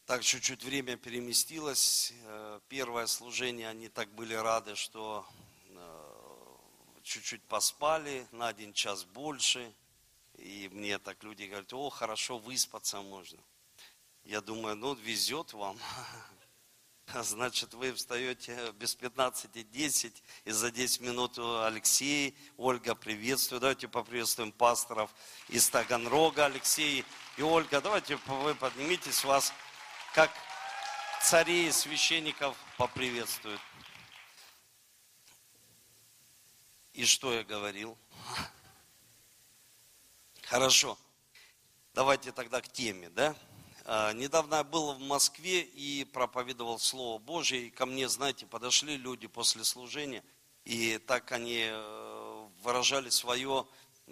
Так чуть-чуть время переместилось. Первое служение, они так были рады, что чуть-чуть поспали, на 1 час больше. И мне так люди говорят: о, хорошо, выспаться можно. Я думаю, ну, везет вам. Значит, вы встаете без 15:10, и за 10 минут Алексей, Ольга, приветствую. Давайте поприветствуем пасторов из Таганрога, Алексей и Ольга. Давайте вы поднимитесь, вас как царей и священников поприветствуют. И что я говорил? Хорошо. Давайте тогда к теме, да? Недавно я был в Москве и проповедовал Слово Божие. И ко мне, знаете, подошли люди после служения. И так они выражали свое,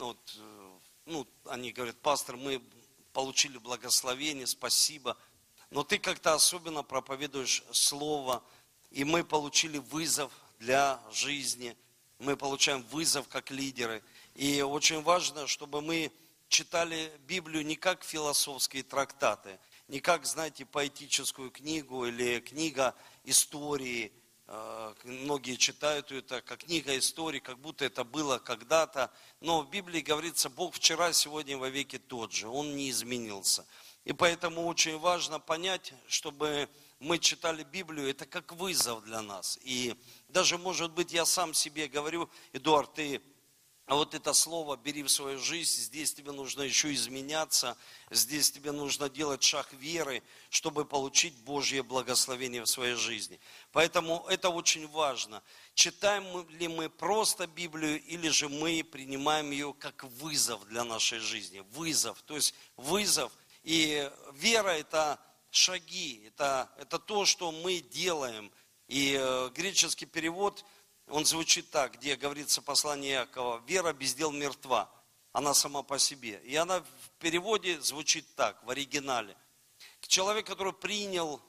они говорят: пастор, мы получили благословение, спасибо. Но ты как-то особенно проповедуешь Слово. И мы получили вызов для жизни. Мы получаем вызов как лидеры. И очень важно, чтобы мы читали Библию не как философские трактаты, не как, знаете, поэтическую книгу или книга истории. Многие читают это как книга истории, как будто это было когда-то. Но в Библии говорится: Бог вчера, сегодня, во веки тот же. Он не изменился. И поэтому очень важно понять, чтобы мы читали Библию, это как вызов для нас. И даже, может быть, я сам себе говорю: Эдуард, ты вот это слово бери в свою жизнь, здесь тебе нужно еще изменяться, здесь тебе нужно делать шаг веры, чтобы получить Божье благословение в своей жизни. Поэтому это очень важно. Читаем ли мы просто Библию, или же мы принимаем ее как вызов для нашей жизни. Вызов, то есть вызов. И вера – это шаги, это то, что мы делаем. И греческий перевод, он звучит так, где говорится послание Иакова: вера без дел мертва, она сама по себе. И она в переводе звучит так, в оригинале: человек, который принял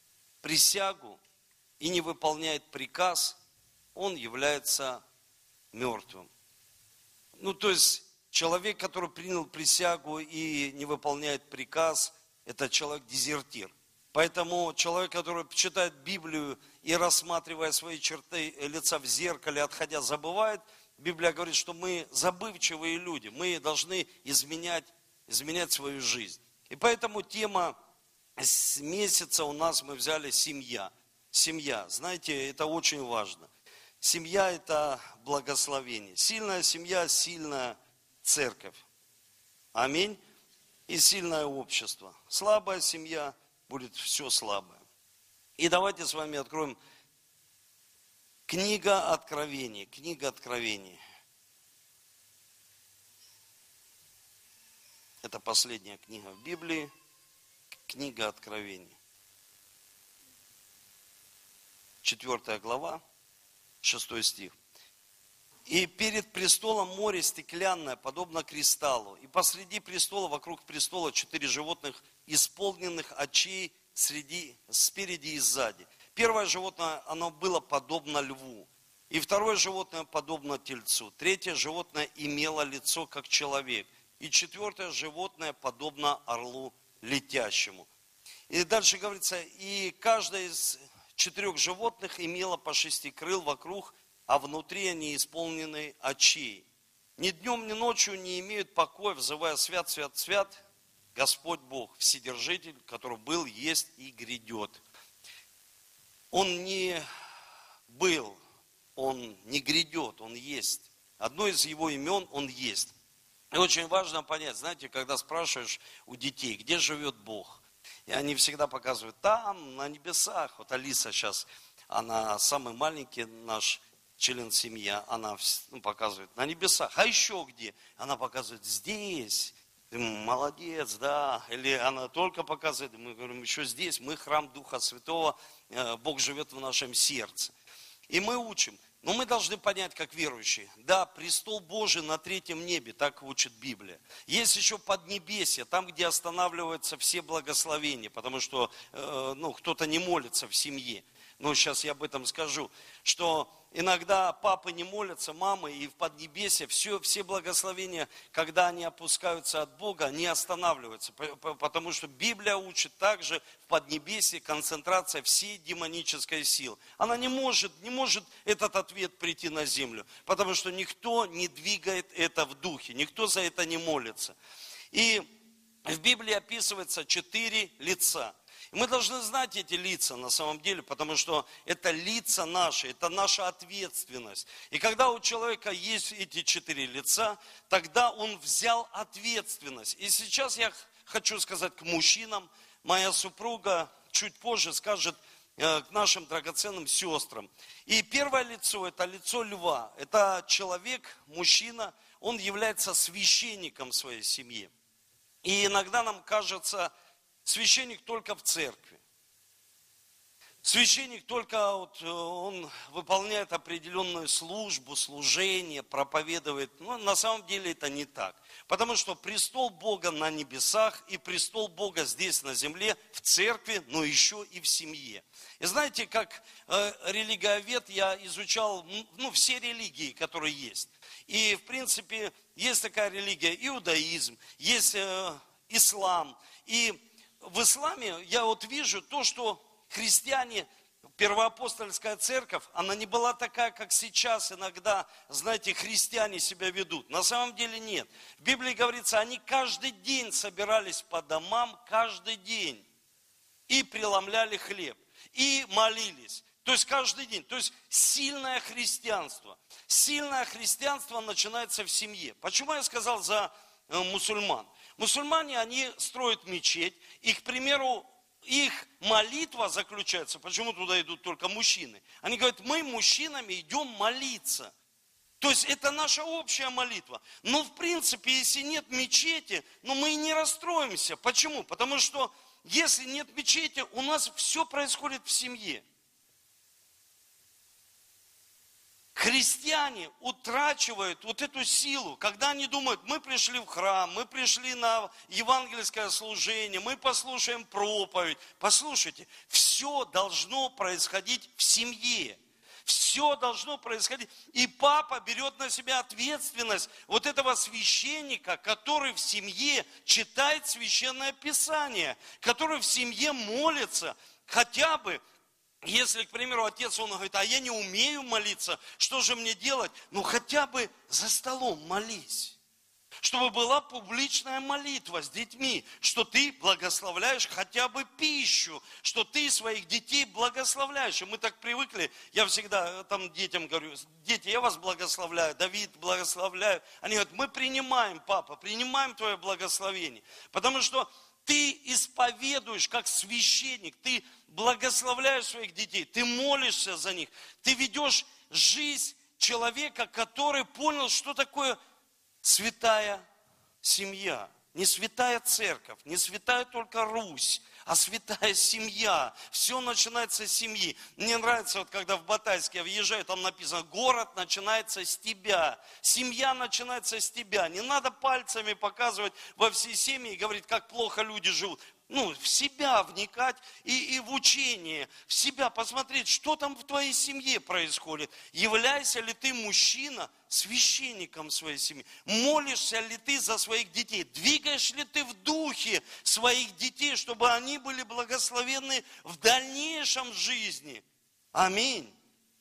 присягу и не выполняет приказ, он является мертвым. То есть человек, который принял присягу и не выполняет приказ, это человек-дезертир. Поэтому человек, который читает Библию и, рассматривая свои черты лица в зеркале, отходя, забывает, Библия говорит, что мы забывчивые люди, мы должны изменять свою жизнь. И поэтому тема с месяца у нас мы взяли семья. Семья, знаете, это очень важно. Семья – это благословение. Сильная семья – сильная церковь. Аминь. И сильное общество. Слабая семья – будет все слабое. И давайте с вами откроем книга Откровений. Книга Откровений. Это последняя книга в Библии. Книга Откровений. 4 глава, 6 стих. И перед престолом море стеклянное, подобно кристаллу. И посреди престола, вокруг престола 4 животных, исполненных очей спереди и сзади. Первое животное, оно было подобно льву. И второе животное подобно тельцу. Третье животное имело лицо, как человек. И четвертое животное подобно орлу летящему. И дальше говорится: и каждое из 4 животных имело по 6 крыл вокруг, а внутри они исполнены очей. Ни днем, ни ночью не имеют покоя, взывая: свят, свят, свят, Господь Бог, Вседержитель, который был, есть и грядет. Он не был, он не грядет, он есть. Одно из его имен, он есть. И очень важно понять, знаете, когда спрашиваешь у детей, где живет Бог, и они всегда показывают: там, на небесах. Вот Алиса сейчас, она самый маленький наш член семьи, она показывает: на небесах. А еще где? Она показывает: здесь. Ты молодец, да. Или она только показывает, мы говорим: еще здесь, мы храм Духа Святого, Бог живет в нашем сердце. И мы учим. Но мы должны понять, как верующие: да, престол Божий на 3-м небе, так учит Библия. Есть еще поднебесье, там, где останавливаются все благословения, потому что кто-то не молится в семье. Но сейчас я об этом скажу, что иногда папы не молятся, мамы, и в Поднебесье все благословения, когда они опускаются от Бога, они останавливаются. Потому что Библия учит также в Поднебесье концентрация всей демонической силы. Она не может этот ответ прийти на землю, потому что никто не двигает это в духе, никто за это не молится. И в Библии описывается 4 лица. Мы должны знать эти лица на самом деле, потому что это лица наши, это наша ответственность. И когда у человека есть эти 4 лица, тогда он взял ответственность. И сейчас я хочу сказать к мужчинам, моя супруга чуть позже скажет к нашим драгоценным сестрам. И первое лицо, это лицо льва. Это человек, мужчина, он является священником своей семьи. И иногда нам кажется, священник только в церкви. Священник только он выполняет определенную службу, служение, проповедует. Но на самом деле это не так. Потому что престол Бога на небесах и престол Бога здесь на земле, в церкви, но еще и в семье. И знаете, как религиовед я изучал все религии, которые есть. И в принципе есть такая религия, иудаизм, есть ислам. И в исламе я вижу то, что христиане, первоапостольская церковь, она не была такая, как сейчас иногда, знаете, христиане себя ведут. На самом деле нет. В Библии говорится, они каждый день собирались по домам, каждый день, и преломляли хлеб, и молились. То есть каждый день. То есть сильное христианство. Сильное христианство начинается в семье. Почему я сказал за мусульман? Мусульмане, они строят мечеть, и, к примеру, их молитва заключается, почему туда идут только мужчины? Они говорят, мы мужчинами идем молиться. То есть это наша общая молитва. Но в принципе, если нет мечети, мы и не расстроимся. Почему? Потому что если нет мечети, у нас все происходит в семье. Христиане утрачивают эту силу, когда они думают, мы пришли в храм, мы пришли на евангельское служение, мы послушаем проповедь. Послушайте, все должно происходить в семье. Все должно происходить. И папа берет на себя ответственность этого священника, который в семье читает священное писание, который в семье молится хотя бы. Если, к примеру, отец, он говорит, а я не умею молиться, что же мне делать? Хотя бы за столом молись. Чтобы была публичная молитва с детьми, что ты благословляешь хотя бы пищу, что ты своих детей благословляешь. И мы так привыкли, я всегда детям говорю, дети, я вас благословляю, Давид благословляю. Они говорят, мы принимаем, папа, принимаем твое благословение. Потому что ты исповедуешь как священник, ты благословляешь своих детей, ты молишься за них, ты ведешь жизнь человека, который понял, что такое святая семья. Не святая церковь, не святая только Русь, а святая семья. Все начинается с семьи. Мне нравится, когда в Батайске я въезжаю, там написано, город начинается с тебя. Семья начинается с тебя. Не надо пальцами показывать во все семьи и говорить, как плохо люди живут. В себя вникать и в учение, в себя посмотреть, что там в твоей семье происходит. Являешься ли ты, мужчина, священником своей семьи? Молишься ли ты за своих детей? Двигаешь ли ты в духе своих детей, чтобы они были благословенны в дальнейшем жизни? Аминь.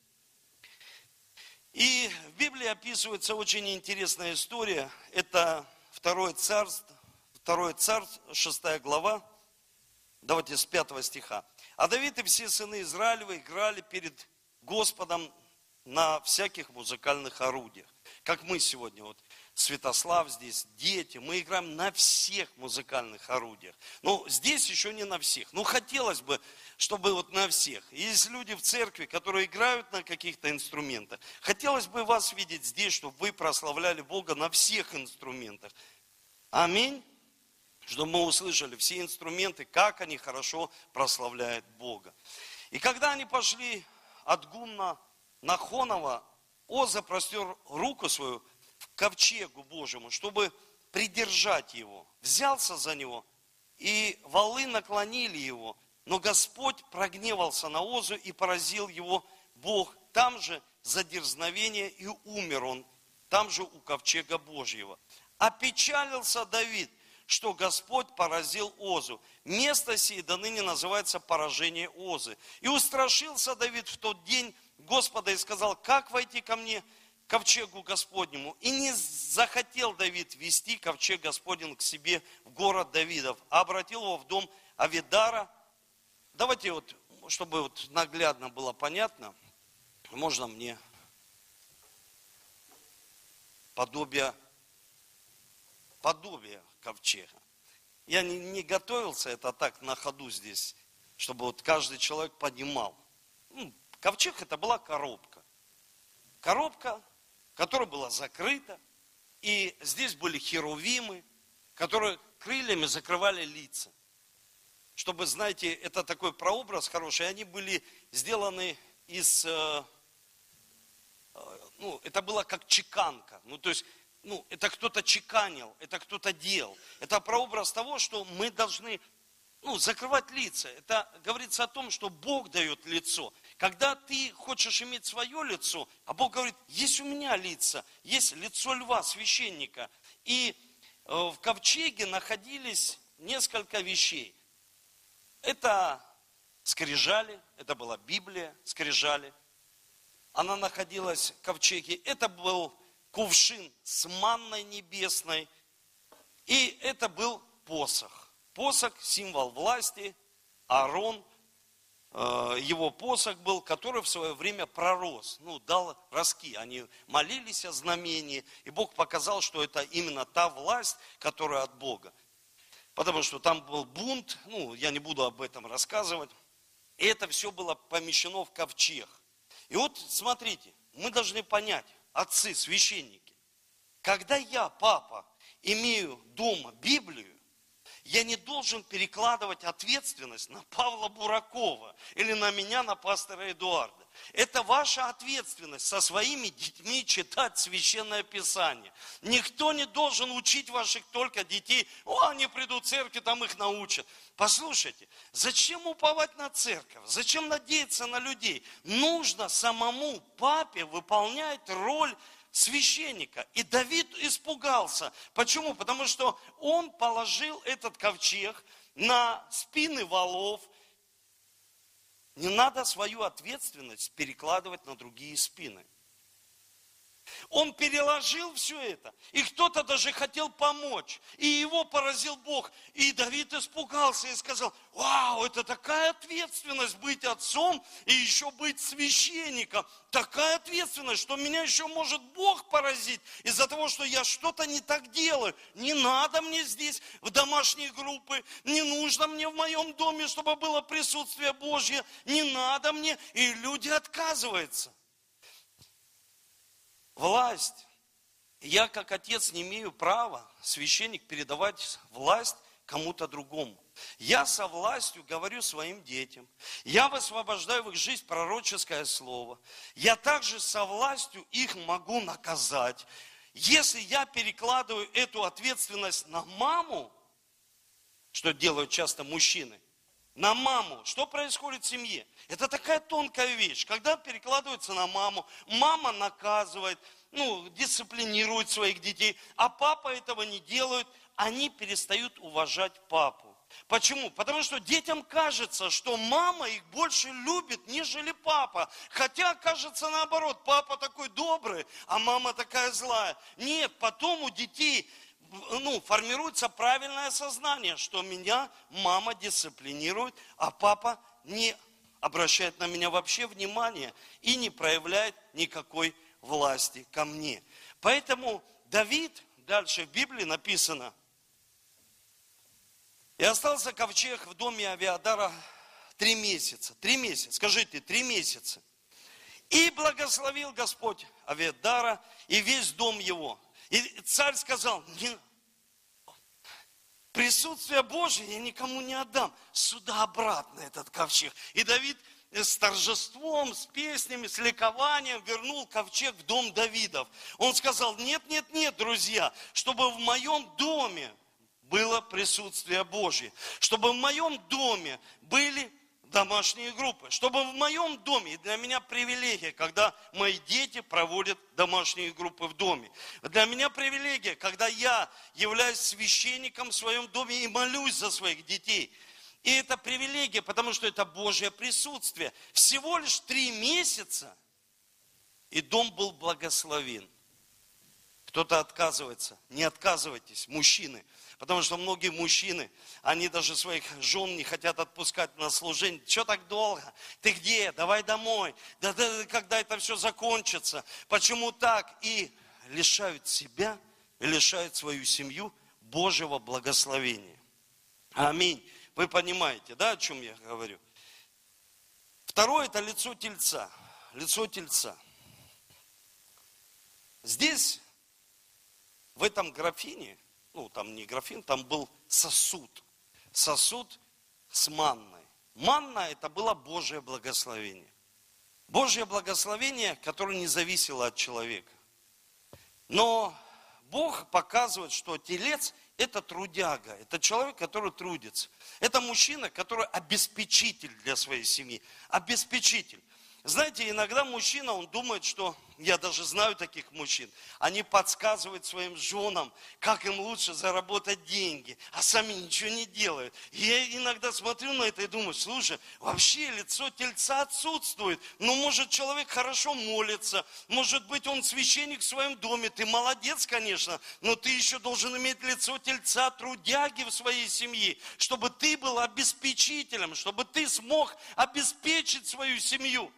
И в Библии описывается очень интересная история. Это 2 Царств, 6 глава. Давайте с 5 стиха. А Давид и все сыны Израилевы играли перед Господом на всяких музыкальных орудиях. Как мы сегодня, Святослав здесь, дети, мы играем на всех музыкальных орудиях. Здесь еще не на всех. Хотелось бы, чтобы на всех. Есть люди в церкви, которые играют на каких-то инструментах. Хотелось бы вас видеть здесь, чтобы вы прославляли Бога на всех инструментах. Аминь. Чтобы мы услышали все инструменты, как они хорошо прославляют Бога. И когда они пошли от Гунна Нахонова, Оза простер руку свою к ковчегу Божьему, чтобы придержать его. Взялся за него, и валы наклонили его. Но Господь прогневался на Озу и поразил его Бог там же, за дерзновение, и умер он там же у ковчега Божьего. Опечалился Давид, что Господь поразил Озу. Место сие до ныне называется поражение Озы. И устрашился Давид в тот день Господа и сказал: как войти ко мне, к ковчегу Господнему? И не захотел Давид вести ковчег Господень к себе в город Давидов, а обратил его в дом Авидара. Давайте вот, чтобы вот наглядно было понятно, можно мне подобие ковчега. Я не готовился, это так на ходу здесь, чтобы вот каждый человек понимал. Ковчег это была коробка. Коробка, которая была закрыта, и здесь были херувимы, которые крыльями закрывали лица. Чтобы, знаете, это такой прообраз хороший, они были сделаны из, это было как чеканка, то есть, это кто-то чеканил, это кто-то делал. Это прообраз того, что мы должны, закрывать лица. Это говорится о том, что Бог дает лицо. Когда ты хочешь иметь свое лицо, а Бог говорит: есть у меня лица, есть лицо льва, священника. И в ковчеге находились несколько вещей. Это скрижали, это была Библия, скрижали. Она находилась в ковчеге. Это был кувшин с манной небесной. И это был посох. Посох – символ власти. Аарон, его посох был, который в свое время пророс, дал ростки. Они молились о знамении, и Бог показал, что это именно та власть, которая от Бога. Потому что там был бунт, я не буду об этом рассказывать. И это все было помещено в ковчег. И вот смотрите, мы должны понять, отцы, священники, когда я, папа, имею дома Библию, я не должен перекладывать ответственность на Павла Буракова или на меня, на пастора Эдуарда. Это ваша ответственность со своими детьми читать Священное Писание. Никто не должен учить ваших только детей. Они придут в церковь, там их научат. Послушайте, зачем уповать на церковь? Зачем надеяться на людей? Нужно самому папе выполнять роль священника. И Давид испугался. Почему? Потому что он положил этот ковчег на спины волов. Не надо свою ответственность перекладывать на другие спины. Он переложил все это, и кто-то даже хотел помочь, и его поразил Бог. И Давид испугался и сказал: вау, это такая ответственность быть отцом и еще быть священником. Такая ответственность, что меня еще может Бог поразить из-за того, что я что-то не так делаю. Не надо мне здесь в домашние группы, не нужно мне в моем доме, чтобы было присутствие Божье, не надо мне, и люди отказываются. Власть. Я, как отец, не имею права, священник, передавать власть кому-то другому. Я со властью говорю своим детям. Я высвобождаю в их жизнь пророческое слово. Я также со властью их могу наказать. Если я перекладываю эту ответственность на маму, что делают часто мужчины, на маму, что происходит в семье? Это такая тонкая вещь. Когда перекладывается на маму, мама наказывает, дисциплинирует своих детей, а папа этого не делает, они перестают уважать папу. Почему? Потому что детям кажется, что мама их больше любит, нежели папа. Хотя кажется наоборот, папа такой добрый, а мама такая злая. Нет, потом у детей формируется правильное сознание, что меня мама дисциплинирует, а папа не обращает на меня вообще внимания и не проявляет никакой власти ко мне. Поэтому Давид, дальше в Библии написано: и остался ковчег в доме Авиадара 3 месяца. 3 месяца, скажите, 3 месяца. И благословил Господь Авиадара и весь дом его. И царь сказал: присутствие Божие я никому не отдам. Сюда обратно этот ковчег. И Давид с торжеством, с песнями, с ликованием вернул ковчег в дом Давидов. Он сказал: нет, друзья, чтобы в моем доме было присутствие Божие. Чтобы в моем доме были домашние группы. Чтобы в моем доме, и для меня привилегия, когда мои дети проводят домашние группы в доме. Для меня привилегия, когда я являюсь священником в своем доме и молюсь за своих детей. И это привилегия, потому что это Божье присутствие. Всего лишь 3 месяца, и дом был благословен. Кто-то отказывается. Не отказывайтесь, мужчины. Потому что многие мужчины, они даже своих жен не хотят отпускать на служение. Что так долго? Ты где? Давай домой. Да, когда это все закончится? Почему так? И лишают себя, и лишают свою семью Божьего благословения. Аминь. Вы понимаете, да, о чем я говорю? Второе – это лицо тельца. Лицо тельца. Здесь, в этом графине, там не графин, там был сосуд. Сосуд с манной. Манна – это было Божье благословение. Божье благословение, которое не зависело от человека. Но Бог показывает, что телец – это трудяга, это человек, который трудится. Это мужчина, который обеспечитель для своей семьи. Обеспечитель. Знаете, иногда мужчина, он думает, что, я даже знаю таких мужчин, они подсказывают своим женам, как им лучше заработать деньги, а сами ничего не делают. И я иногда смотрю на это и думаю, слушай, вообще лицо тельца отсутствует. Ну, может, человек хорошо молится, может быть, он священник в своем доме, ты молодец, конечно, но ты еще должен иметь лицо тельца, трудяги в своей семье, чтобы ты был обеспечителем, чтобы ты смог обеспечить свою семью.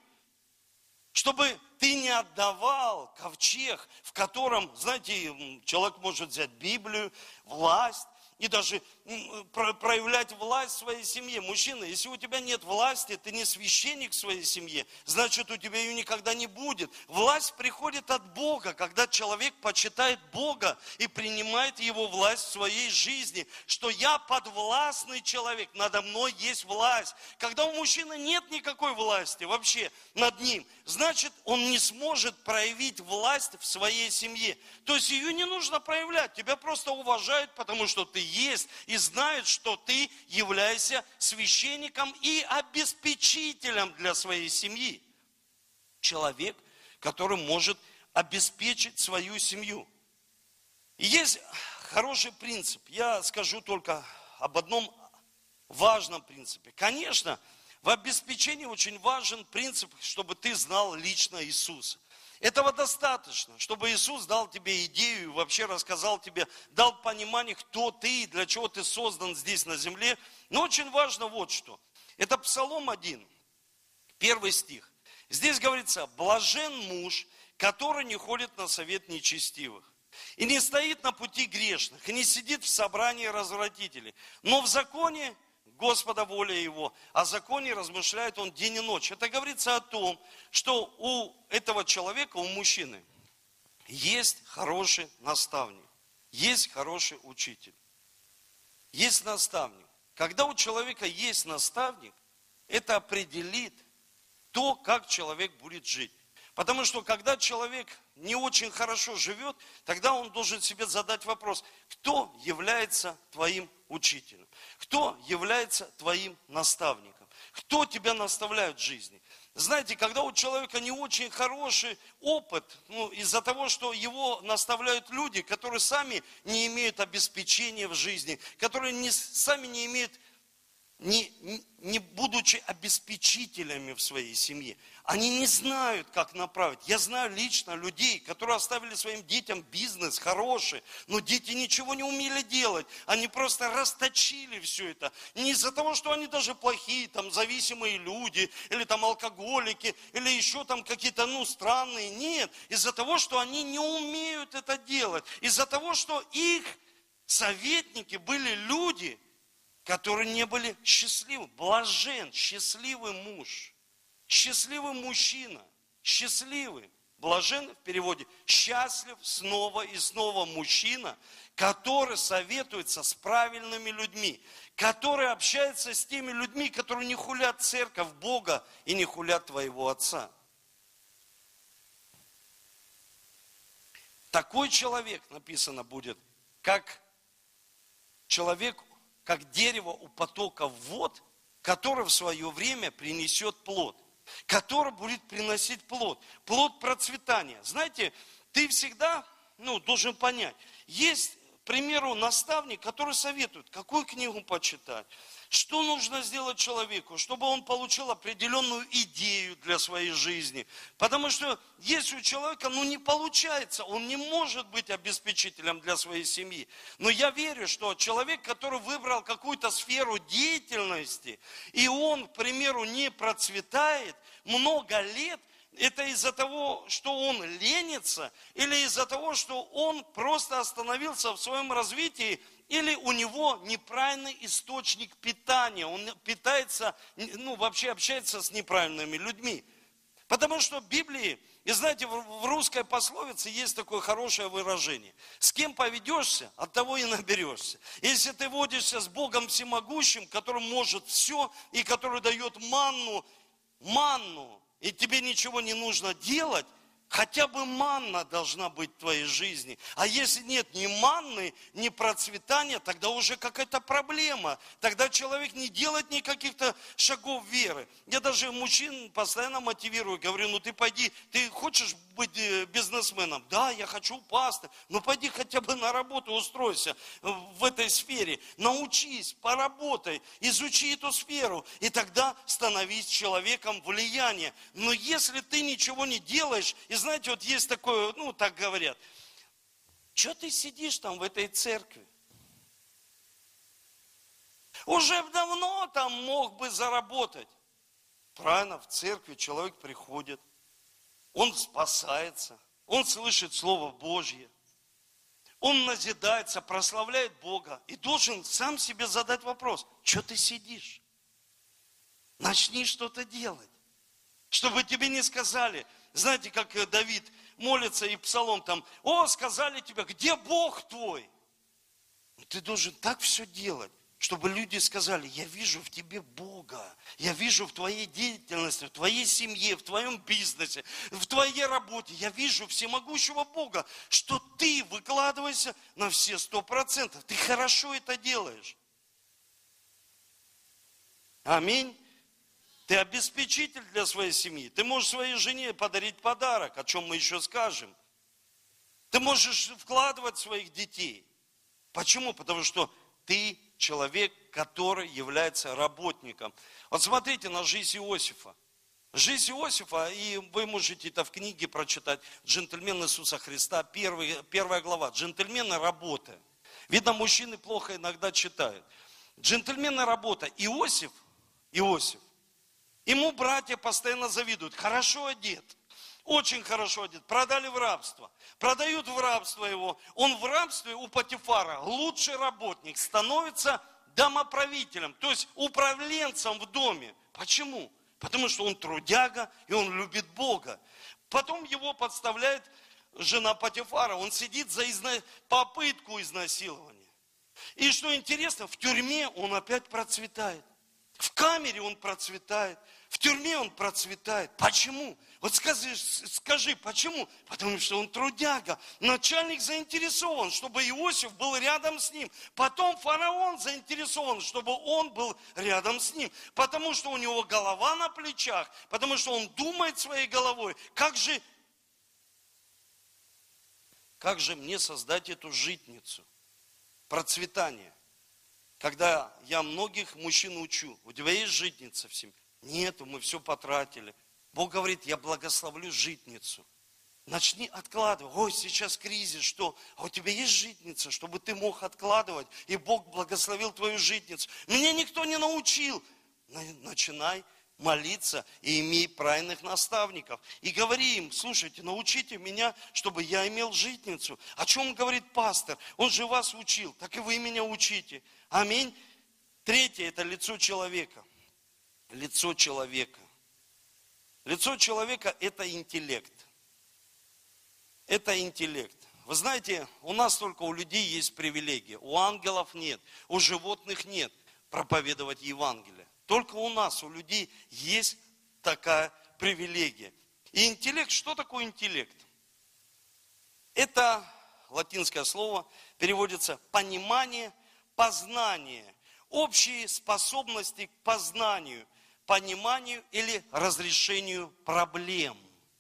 Чтобы ты не отдавал ковчег, в котором, знаете, человек может взять Библию, власть и даже проявлять власть в своей семье. Мужчина, если у тебя нет власти, ты не священник в своей семье, значит, у тебя ее никогда не будет. Власть приходит от Бога, когда человек почитает Бога и принимает Его власть в своей жизни, что я подвластный человек, надо мной есть власть. Когда у мужчины нет никакой власти вообще над ним, значит, он не сможет проявить власть в своей семье. То есть ее не нужно проявлять, тебя просто уважают, потому что ты есть и знают, что ты являешься священником и обеспечителем для своей семьи. Человек, который может обеспечить свою семью. И есть хороший принцип. Я скажу только об одном важном принципе. Конечно, в обеспечении очень важен принцип, чтобы ты знал лично Иисуса. Этого достаточно, чтобы Иисус дал тебе идею, вообще рассказал тебе, дал понимание, кто ты и для чего ты создан здесь на земле. Но очень важно вот что. Это Псалом 1, 1 стих. Здесь говорится, блажен муж, который не ходит на совет нечестивых, и не стоит на пути грешных, и не сидит в собрании развратителей, но в законе Господа воля его, о законе размышляет он день и ночь. Это говорится о том, что у этого человека, у мужчины, есть хороший наставник, есть хороший учитель, есть наставник. Когда у человека есть наставник, это определит то, как человек будет жить. Потому что когда человек не очень хорошо живет, тогда он должен себе задать вопрос, кто является твоим учителем, кто является твоим наставником, кто тебя наставляет в жизни. Знаете, когда у человека не очень хороший опыт, из-за того, что его наставляют люди, которые сами не имеют обеспечения в жизни, которые сами не имеют, не будучи обеспечителями в своей семье, они не знают, как направить. Я знаю лично людей, которые оставили своим детям бизнес хороший, но дети ничего не умели делать. Они просто расточили все это. Не из-за того, что они даже плохие, там, зависимые люди, или там алкоголики, или еще там какие-то, странные. Нет, из-за того, что они не умеют это делать. Из-за того, что их советники были люди, которые не были счастливы. Блажен, счастливый муж, счастливый мужчина, счастливый. Блажен в переводе счастлив снова и снова мужчина, который советуется с правильными людьми, который общается с теми людьми, которые не хулят церковь Бога и не хулят твоего отца. Такой человек, написано будет, как человек, как дерево у потока вод, который в свое время принесет плод, который будет приносить плод, плод процветания. Знаете, ты всегда, должен понять, есть, к примеру, наставник, который советует, какую книгу почитать, что нужно сделать человеку, чтобы он получил определенную идею для своей жизни. Потому что если у человека, не получается, он не может быть обеспечителем для своей семьи. Но я верю, что человек, который выбрал какую-то сферу деятельности, и он, к примеру, не процветает много лет, это из-за того, что он ленится, или из-за того, что он просто остановился в своем развитии, или у него неправильный источник питания, он питается, вообще общается с неправильными людьми. Потому что в Библии, и знаете, в русской пословице есть такое хорошее выражение: с кем поведешься, от того и наберешься. Если ты водишься с Богом всемогущим, который может все, и который дает манну, и тебе ничего не нужно делать, хотя бы манна должна быть в твоей жизни. А если нет ни манны, ни процветания, тогда уже какая-то проблема. Тогда человек не делает никаких-то шагов веры. Я даже мужчин постоянно мотивирую, говорю, ты пойди, ты хочешь быть бизнесменом? Да, я хочу пастор. Пойди хотя бы на работу устройся в этой сфере. Научись, поработай, изучи эту сферу. И тогда становись человеком влияния. Но если ты ничего не делаешь, и знаете, вот есть такое, так говорят, что ты сидишь там в этой церкви? Уже давно там мог бы заработать. Правильно, в церкви человек приходит, он спасается, он слышит Слово Божье, он назидается, прославляет Бога и должен сам себе задать вопрос, что ты сидишь? Начни что-то делать, чтобы тебе не сказали. Знаете, как Давид молится и псалом там, сказали тебе, где Бог твой? Ты должен так все делать, чтобы люди сказали, я вижу в тебе Бога, я вижу в твоей деятельности, в твоей семье, в твоем бизнесе, в твоей работе, я вижу всемогущего Бога, что ты выкладываешься на все 100%, ты хорошо это делаешь. Аминь. Ты обеспечитель для своей семьи. Ты можешь своей жене подарить подарок, о чем мы еще скажем. Ты можешь вкладывать в своих детей. Почему? Потому что ты человек, который является работником. Вот смотрите на жизнь Иосифа. Жизнь Иосифа, и вы можете это в книге прочитать, «Джентльмен Иисуса Христа», первая глава, «Джентльмены работы». Видно, мужчины плохо иногда читают. Джентльмены работа. Иосиф, ему братья постоянно завидуют. Хорошо одет, очень хорошо одет. Продали в рабство. Продают в рабство его. Он в рабстве у Потифара, лучший работник, становится домоправителем, то есть управленцем в доме. Почему? Потому что он трудяга и он любит Бога. Потом его подставляет жена Потифара. Он сидит за попытку изнасилования. И что интересно, в тюрьме он опять процветает. В камере он процветает, в тюрьме он процветает. Почему? Вот скажи, почему? Потому что он трудяга. Начальник заинтересован, чтобы Иосиф был рядом с ним. Потом фараон заинтересован, чтобы он был рядом с ним. Потому что у него голова на плечах, потому что он думает своей головой. Как же мне создать эту житницу? Процветание. Когда я многих мужчин учу, у тебя есть житница в семье? Нету, мы все потратили. Бог говорит, я благословлю житницу. Начни откладывать. Сейчас кризис, что? А у тебя есть житница, чтобы ты мог откладывать, и Бог благословил твою житницу. Меня никто не научил. Начинай молиться и имей правильных наставников. И говори им, слушайте, научите меня, чтобы я имел житницу. О чем говорит пастор? Он же вас учил, так и вы меня учите. Аминь. Третье – это лицо человека. Лицо человека. Лицо человека – это интеллект. Это интеллект. Вы знаете, у нас только у людей есть привилегия. У ангелов нет, у животных нет проповедовать Евангелие. Только у нас, у людей, есть такая привилегия. И интеллект, что такое интеллект? Это латинское слово, переводится понимание, познание, общие способности к познанию, пониманию или разрешению проблем.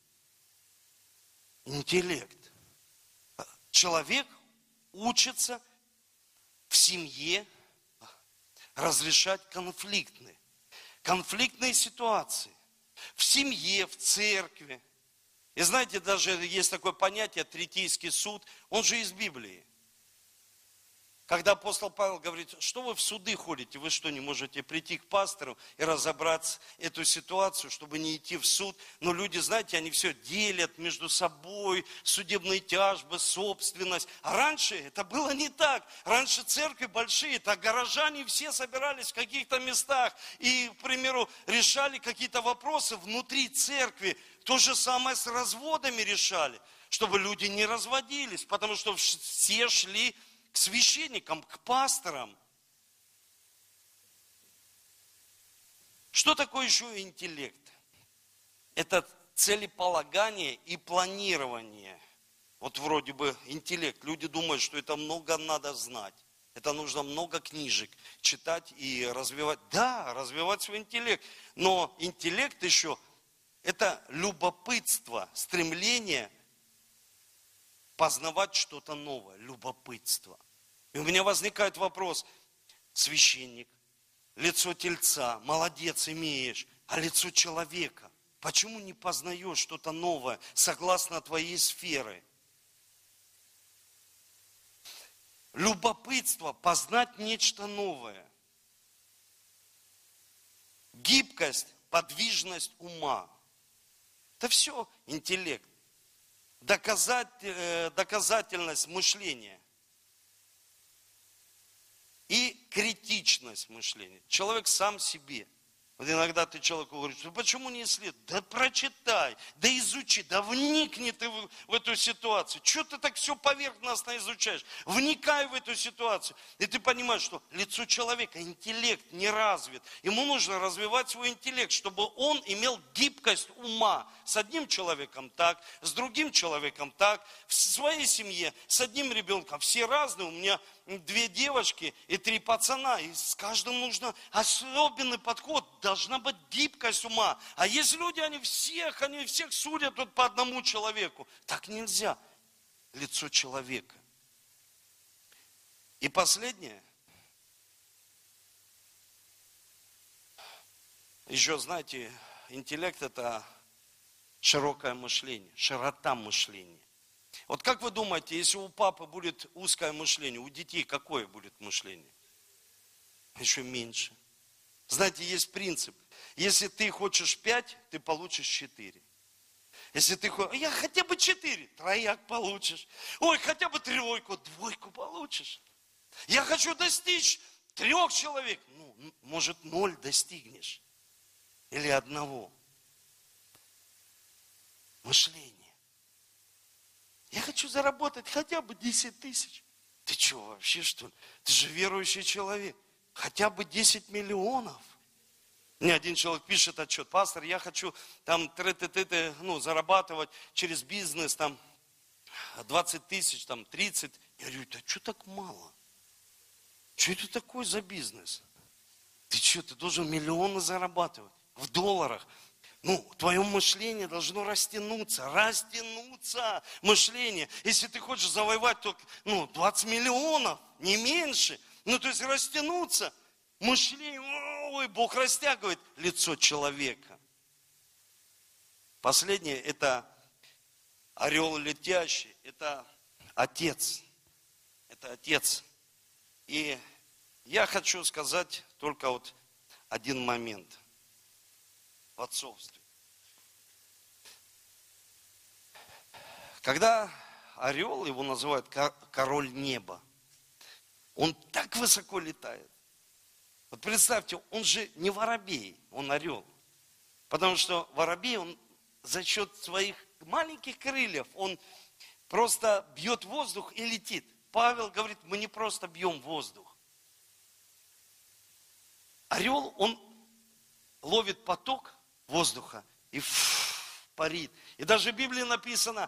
Интеллект. Человек учится в семье разрешать конфликтные ситуации. В семье, в церкви. И знаете, даже есть такое понятие третейский суд, он же из Библии. Когда апостол Павел говорит, что вы в суды ходите, вы что, не можете прийти к пастору и разобрать эту ситуацию, чтобы не идти в суд? Но люди, знаете, они все делят между собой, судебные тяжбы, собственность. А раньше это было не так. Раньше церкви большие, так горожане все собирались в каких-то местах и, к примеру, решали какие-то вопросы внутри церкви. То же самое с разводами решали, чтобы люди не разводились, потому что все шли к священникам, к пасторам. Что такое еще интеллект? Это целеполагание и планирование. Вот вроде бы интеллект. Люди думают, что это много надо знать. Это нужно много книжек читать и развивать. Да, развивать свой интеллект. Но интеллект еще это любопытство, стремление познавать что-то новое, любопытство. И у меня возникает вопрос, священник, лицо тельца, молодец имеешь, а лицо человека, почему не познаешь что-то новое, согласно твоей сферы? Любопытство, познать нечто новое. Гибкость, подвижность ума. Это все интеллект. Доказательность мышления и критичность мышления. Человек сам себе. Вот иногда ты человеку говоришь, ну почему не исследуй? Да прочитай, да изучи, да вникни ты в эту ситуацию. Чего ты так все поверхностно изучаешь? Вникай в эту ситуацию. И ты понимаешь, что лицо человека, интеллект не развит. Ему нужно развивать свой интеллект, чтобы он имел гибкость ума. С одним человеком так, с другим человеком так, в своей семье, с одним ребенком. Все разные, у меня 2 девочки и 3 пацана. И с каждым нужно особенный подход. Должна быть гибкость ума. А есть люди, они всех судят вот по одному человеку. Так нельзя. Лицо человека. И последнее. Еще, знаете, интеллект это широкое мышление, широта мышления. Вот как вы думаете, если у папы будет узкое мышление, у детей какое будет мышление? Еще меньше. Знаете, есть принцип. Если ты хочешь 5, ты получишь 4. Если ты хочешь, я хотя бы 4, трояк получишь. Ой, хотя бы 3, 2 получишь. Я хочу достичь 3 человек. Ну, может, 0 достигнешь. Или 1. Мышление. Я хочу заработать хотя бы 10 тысяч. Ты что, вообще что ли? Ты же верующий человек. Хотя бы 10 миллионов. Мне один человек пишет отчет. Пастор, я хочу там зарабатывать через бизнес там 20 тысяч, там 30. Я говорю, да что так мало? Что это такое за бизнес? Ты что, ты должен миллионы зарабатывать в долларах. Ну, твое мышление должно растянуться мышление. Если ты хочешь завоевать только, 20 миллионов, не меньше, то есть растянуться, мышление, ой, Бог растягивает лицо человека. Последнее, это орел летящий, это отец. Это отец. И я хочу сказать только вот один момент. В отцовстве. Когда орел, его называют король неба, он так высоко летает. Вот представьте, он же не воробей, он орел. Потому что воробей, он за счет своих маленьких крыльев, он просто бьет воздух и летит. Павел говорит, мы не просто бьем воздух. Орел, он ловит поток воздуха и парит. И даже в Библии написано,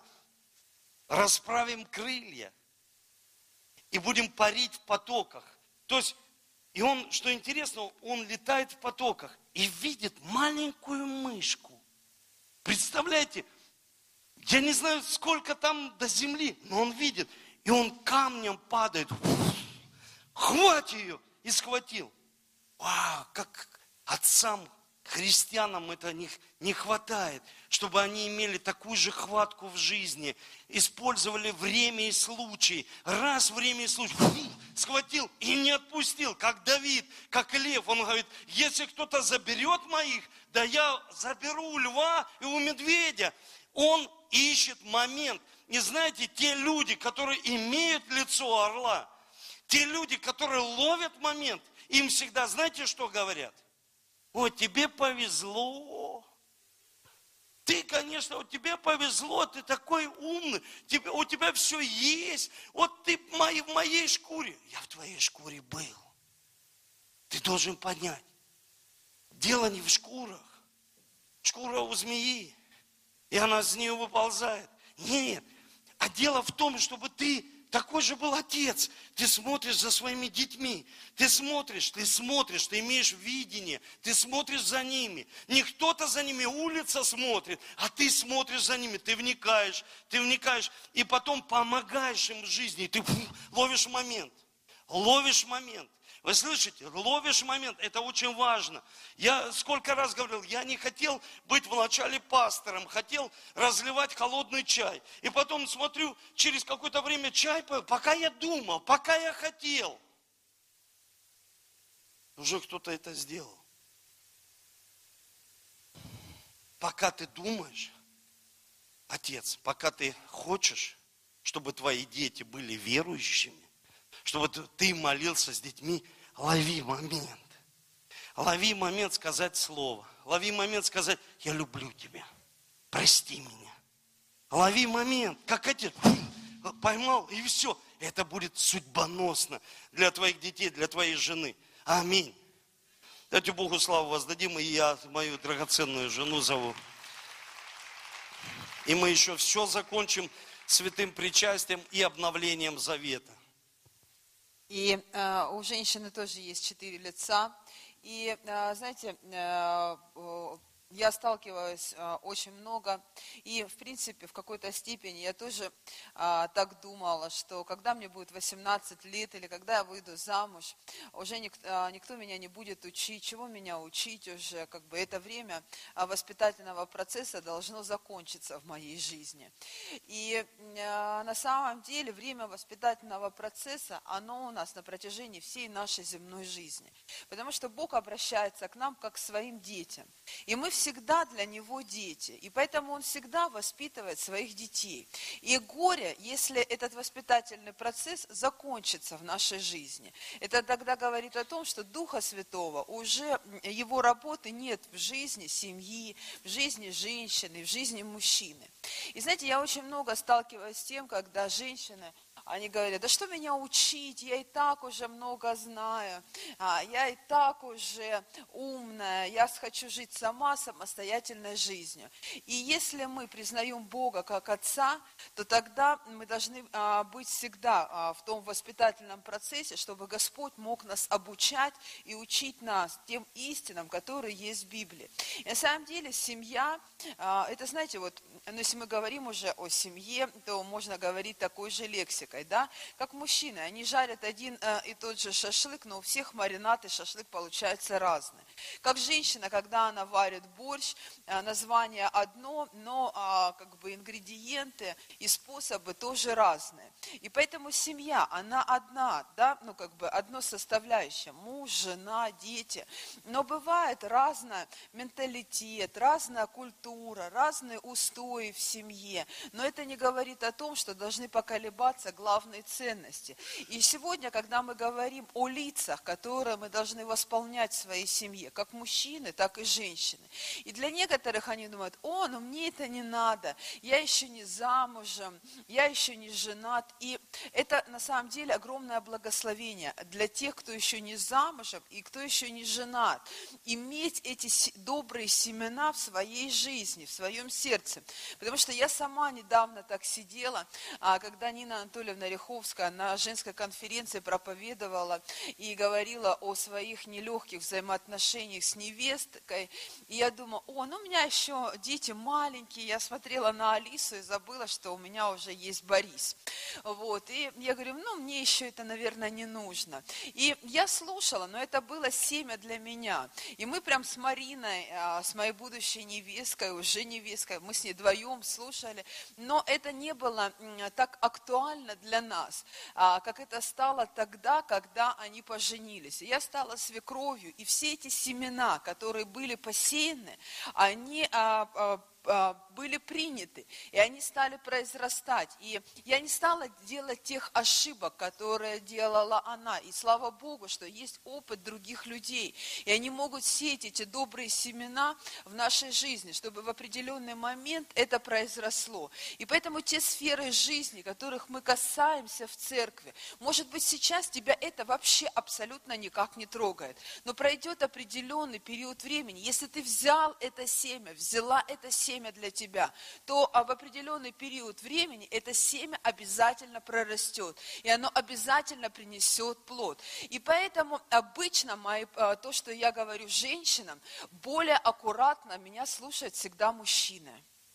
расправим крылья и будем парить в потоках. То есть И он, что интересно, он летает в потоках и видит маленькую мышку. Представляете, я не знаю, сколько там до земли, но он видит. И он камнем падает. Хвать ее! И схватил. Вау, как отцам, христианам это не хватает, чтобы они имели такую же хватку в жизни, использовали время и случай. Раз время и случай, схватил и не отпустил, как Давид, как лев. Он говорит, если кто-то заберет моих, да я заберу у льва и у медведя. Он ищет момент. И знаете, те люди, которые имеют лицо орла, те люди, которые ловят момент, им всегда, знаете, что говорят? Ой, тебе повезло. Ты, конечно, тебе повезло, ты такой умный, у тебя все есть. Вот ты в моей шкуре. Я в твоей шкуре был. Ты должен понять. Дело не в шкурах. Шкура у змеи, и она из нее выползает. Нет, а дело в том, чтобы ты такой же был отец. Ты смотришь за своими детьми. Ты смотришь, ты имеешь видение. Ты смотришь за ними. Не кто-то за ними, улица смотрит, а ты смотришь за ними. Ты вникаешь. И потом помогаешь им в жизни. И ты ловишь момент. Вы слышите? Ловишь момент. Это очень важно. Я сколько раз говорил, я не хотел быть вначале пастором, хотел разливать холодный чай. И потом смотрю, через какое-то время чай, пока я думал, пока я хотел. Уже кто-то это сделал. Пока ты думаешь, отец, пока ты хочешь, чтобы твои дети были верующими, чтобы ты молился с детьми, лови момент. Лови момент сказать слово. Лови момент сказать, я люблю тебя. Прости меня. Лови момент. Как отец поймал, и все. Это будет судьбоносно для твоих детей, для твоей жены. Аминь. Давайте Богу славу воздадим, и я мою драгоценную жену зову. И мы еще все закончим святым причастием и обновлением завета. И у женщины тоже есть 4 лица. И, знаете, я сталкиваюсь очень много. И, в принципе, в какой-то степени я тоже так думала, что когда мне будет 18 лет или когда я выйду замуж, уже никто меня не будет учить. Чего меня учить уже? Как бы это время воспитательного процесса должно закончиться в моей жизни. И на самом деле время воспитательного процесса, оно у нас на протяжении всей нашей земной жизни. Потому что Бог обращается к нам как к своим детям. И мы всегда для Него дети. И поэтому Он всегда воспитывает своих детей. И горе, если этот воспитательный процесс закончится в нашей жизни. Это тогда говорит о том, что Духа Святого уже, Его работы нет в жизни семьи, в жизни женщины, в жизни мужчины. И знаете, я очень много сталкиваюсь с тем, когда женщины, они говорят, да что меня учить, я и так уже много знаю, я и так уже умная, я хочу жить сама самостоятельной жизнью. И если мы признаем Бога как Отца, то тогда мы должны быть всегда в том воспитательном процессе, чтобы Господь мог нас обучать и учить нас тем истинам, которые есть в Библии. И на самом деле семья, это знаете, вот, если мы говорим уже о семье, то можно говорить такой же лексикой. Да? Как мужчины, они жарят один и тот же шашлык, но у всех маринад и шашлык получаются разные. Как женщина, когда она варит борщ, название одно, но как бы ингредиенты и способы тоже разные. И поэтому семья, она одна, да, ну как бы одно составляющее, муж, жена, дети. Но бывает разный менталитет, разная культура, разные устои в семье. Но это не говорит о том, что должны поколебаться главные ценности. И сегодня, когда мы говорим о лицах, которые мы должны восполнять в своей семье, как мужчины, так и женщины. И для некоторых они думают, ну мне это не надо, я еще не замужем, я еще не женат. И это на самом деле огромное благословение для тех, кто еще не замужем и кто еще не женат. Иметь эти добрые семена в своей жизни, в своем сердце. Потому что я сама недавно так сидела, когда Нина Анатольевна Васильевна Риховская на женской конференции проповедовала и говорила о своих нелегких взаимоотношениях с невесткой. И я думаю, ну у меня еще дети маленькие, я смотрела на Алису и забыла, что у меня уже есть Борис. Вот. И я говорю, мне еще это, наверное, не нужно. И я слушала, но это было семя для меня. И мы прям с Мариной, с моей будущей невесткой, уже невесткой, мы с ней вдвоем слушали, но это не было так актуально для нас, как это стало тогда, когда они поженились. И я стала свекровью, и все эти семена, которые были посеяны, они были приняты, и они стали произрастать. И я не стала делать тех ошибок, которые делала она. И слава Богу, что есть опыт других людей, и они могут сеять эти добрые семена в нашей жизни, чтобы в определенный момент это произросло. И поэтому те сферы жизни, которых мы касаемся в церкви, может быть, сейчас тебя это вообще абсолютно никак не трогает, но пройдет определенный период времени. Если ты взял это семя, взяла это семя для тебя, то в определенный период времени это семя обязательно прорастет, и оно обязательно принесет плод. И поэтому обычно то, что я говорю женщинам, более аккуратно меня слушают всегда мужчины.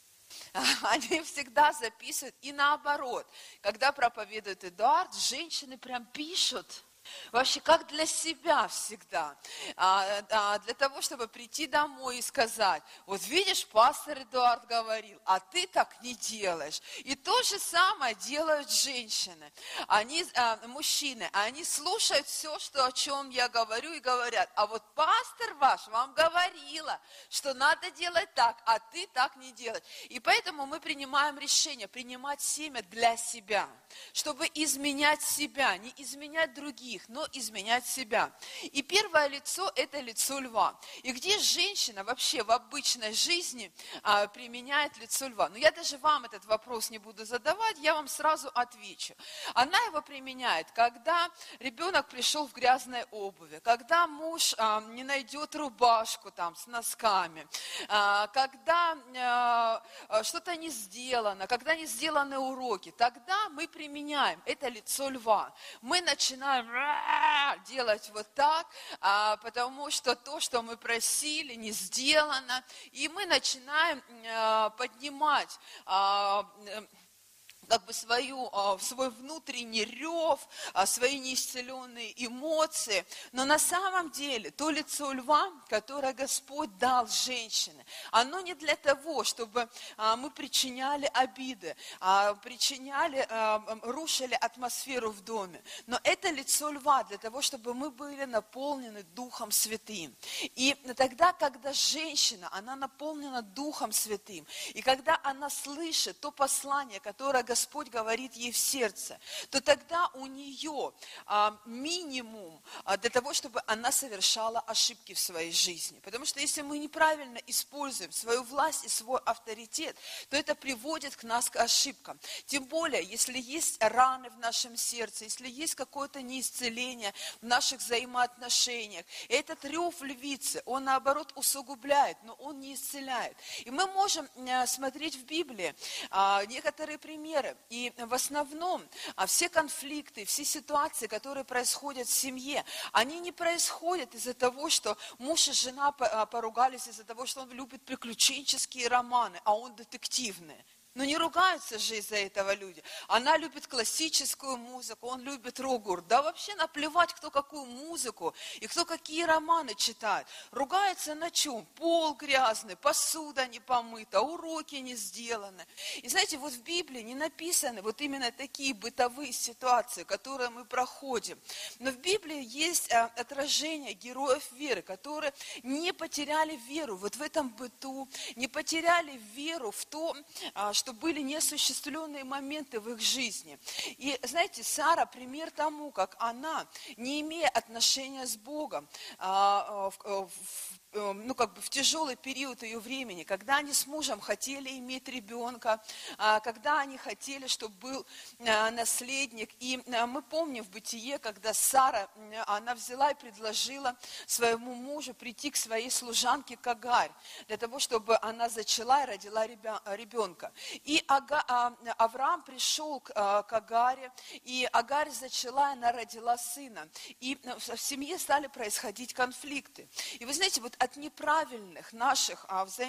Они всегда записывают, и наоборот, когда проповедует Эдуард, женщины прям пишут. Вообще, как для себя всегда, для того, чтобы прийти домой и сказать, вот видишь, пастор Эдуард говорил, а ты так не делаешь. И то же самое делают женщины, мужчины, они слушают все, о чем я говорю, и говорят, а вот пастор ваш вам говорила, что надо делать так, а ты так не делаешь. И поэтому мы принимаем решение, принимать семя для себя, чтобы изменять себя, не изменять других, но изменять себя. И первое лицо – это лицо льва. И где женщина вообще в обычной жизни применяет лицо льва? Но я даже вам этот вопрос не буду задавать, я вам сразу отвечу. Она его применяет, когда ребенок пришел в грязной обуви, когда муж не найдет рубашку там с носками, когда что-то не сделано, когда не сделаны уроки, тогда мы применяем это лицо льва. Мы начинаем делать вот так, потому что то, что мы просили, не сделано. И мы начинаем поднимать свой внутренний рев, свои неисцеленные эмоции. Но на самом деле то лицо льва, которое Господь дал женщине, оно не для того, чтобы мы причиняли обиды, рушили атмосферу в доме. Но это лицо льва для того, чтобы мы были наполнены Духом Святым. И тогда, когда женщина, она наполнена Духом Святым, и когда она слышит то послание, которое Господь говорит ей в сердце, то тогда у нее минимум для того, чтобы она совершала ошибки в своей жизни. Потому что если мы неправильно используем свою власть и свой авторитет, то это приводит к нас к ошибкам. Тем более, если есть раны в нашем сердце, если есть какое-то неисцеление в наших взаимоотношениях, этот рев львицы, он наоборот усугубляет, но он не исцеляет. И мы можем смотреть в Библии некоторые примеры. И в основном все конфликты, все ситуации, которые происходят в семье, они не происходят из-за того, что муж и жена поругались, из-за того, что он любит приключенческие романы, а он детективный. Но не ругаются же из-за этого люди. Она любит классическую музыку, он любит рок-гуру. Да вообще наплевать, кто какую музыку и кто какие романы читает. Ругаются на чем? Пол грязный, посуда не помыта, уроки не сделаны. И знаете, вот в Библии не написаны вот именно такие бытовые ситуации, которые мы проходим. Но в Библии есть отражение героев веры, которые не потеряли веру вот в этом быту, не потеряли веру в то, что были неосуществленные моменты в их жизни. И знаете, Сара пример тому, как она, не имея отношения с Богом, ну, как бы в тяжелый период ее времени, когда они с мужем хотели иметь ребенка, когда они хотели, чтобы был наследник. И мы помним в Бытие, когда Сара, она взяла и предложила своему мужу прийти к своей служанке Агарь, для того, чтобы она зачала и родила ребенка. И Авраам пришел к Агаре, и Агарь зачала, и она родила сына. И в семье стали происходить конфликты. И вы знаете, вот от неправильных наших,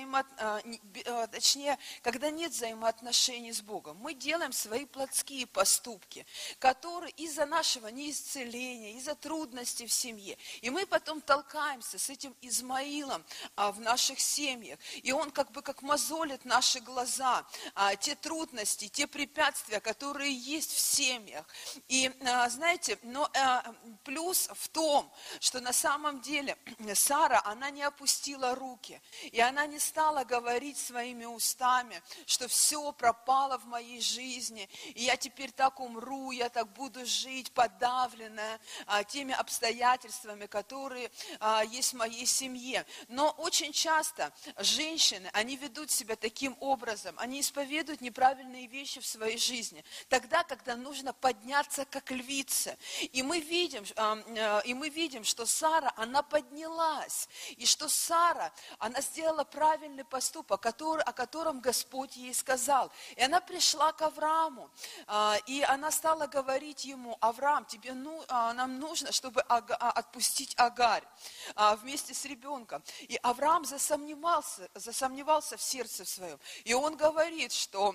точнее, когда нет взаимоотношений с Богом, мы делаем свои плотские поступки, которые из-за нашего неисцеления, из-за трудностей в семье. И мы потом толкаемся с этим Измаилом в наших семьях. И он как бы как мозолит наши глаза, те трудности, те препятствия, которые есть в семьях. И знаете, но плюс в том, что на самом деле Сара, она не опустила руки, и она не стала говорить своими устами, что все пропало в моей жизни, и я теперь так умру, я так буду жить подавленная теми обстоятельствами, которые есть в моей семье. Но очень часто женщины, они ведут себя таким образом, они исповедуют неправильные вещи в своей жизни, тогда, когда нужно подняться как львица. И мы видим, что Сара, она поднялась, и что Сара, она сделала правильный поступок, о котором Господь ей сказал. И она пришла к Аврааму, и она стала говорить ему: Авраам, нам нужно, чтобы отпустить Агарь вместе с ребенком. И Авраам засомневался в сердце своем. И он говорит, что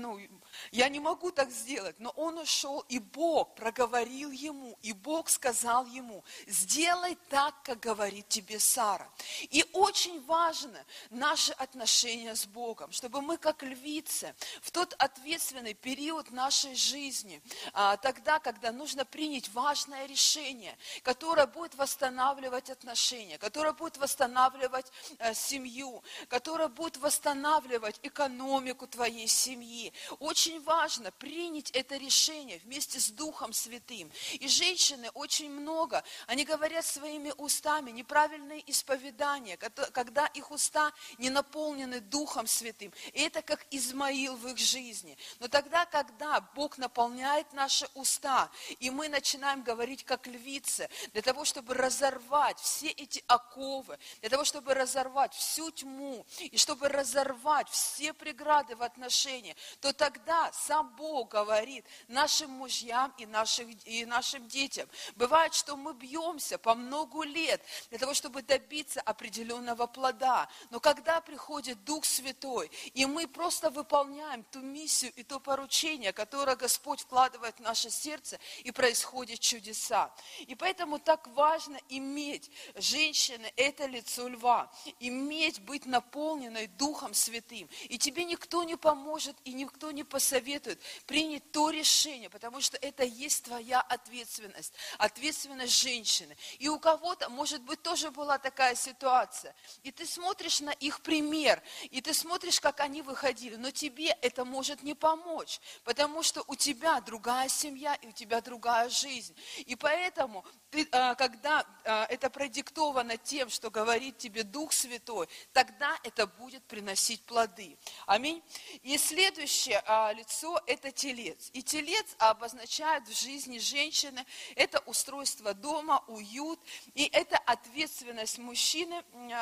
я не могу так сделать. Но он ушел, и Бог проговорил ему, и Бог сказал ему: сделай так, как говорит тебе Сара. И очень важно наши отношения с Богом, чтобы мы как львицы в тот ответственный период нашей жизни, тогда, когда нужно принять важное решение, которое будет восстанавливать отношения, которое будет восстанавливать семью, которое будет восстанавливать экономику твоей семьи. Очень важно принять это решение вместе с Духом Святым. И женщины очень много, они говорят своими устами неправильные исповедания, когда их уста не наполнены Духом Святым. И это как Измаил в их жизни. Но тогда, когда Бог наполняет наши уста, и мы начинаем говорить как львицы, для того, чтобы разорвать все эти оковы, для того, чтобы разорвать всю тьму, и чтобы разорвать все преграды в отношениях, то тогда сам Бог говорит нашим мужьям и нашим детям. Бывает, что мы бьемся по много лет для того, чтобы добиться определенного плода. Но когда приходит Дух Святой, и мы просто выполняем ту миссию и то поручение, которое Господь вкладывает в наше сердце, и происходят чудеса. И поэтому так важно иметь, женщины, это лицо льва, быть наполненной Духом Святым. И тебе никто не поможет, и никто не посоветует принять то решение, потому что это есть твоя ответственность, ответственность женщины. И у кого-то, может быть, тоже была такая ситуация. И ты смотришь на их пример, и ты смотришь, как они выходили, но тебе это может не помочь, потому что у тебя другая семья, и у тебя другая жизнь. И поэтому, когда это продиктовано тем, что говорит тебе Дух Святой, тогда это будет приносить плоды. Аминь. И следующее лицо – это телец. И телец обозначает в жизни женщины, это устройство дома, уют, и это ответственность мужчины,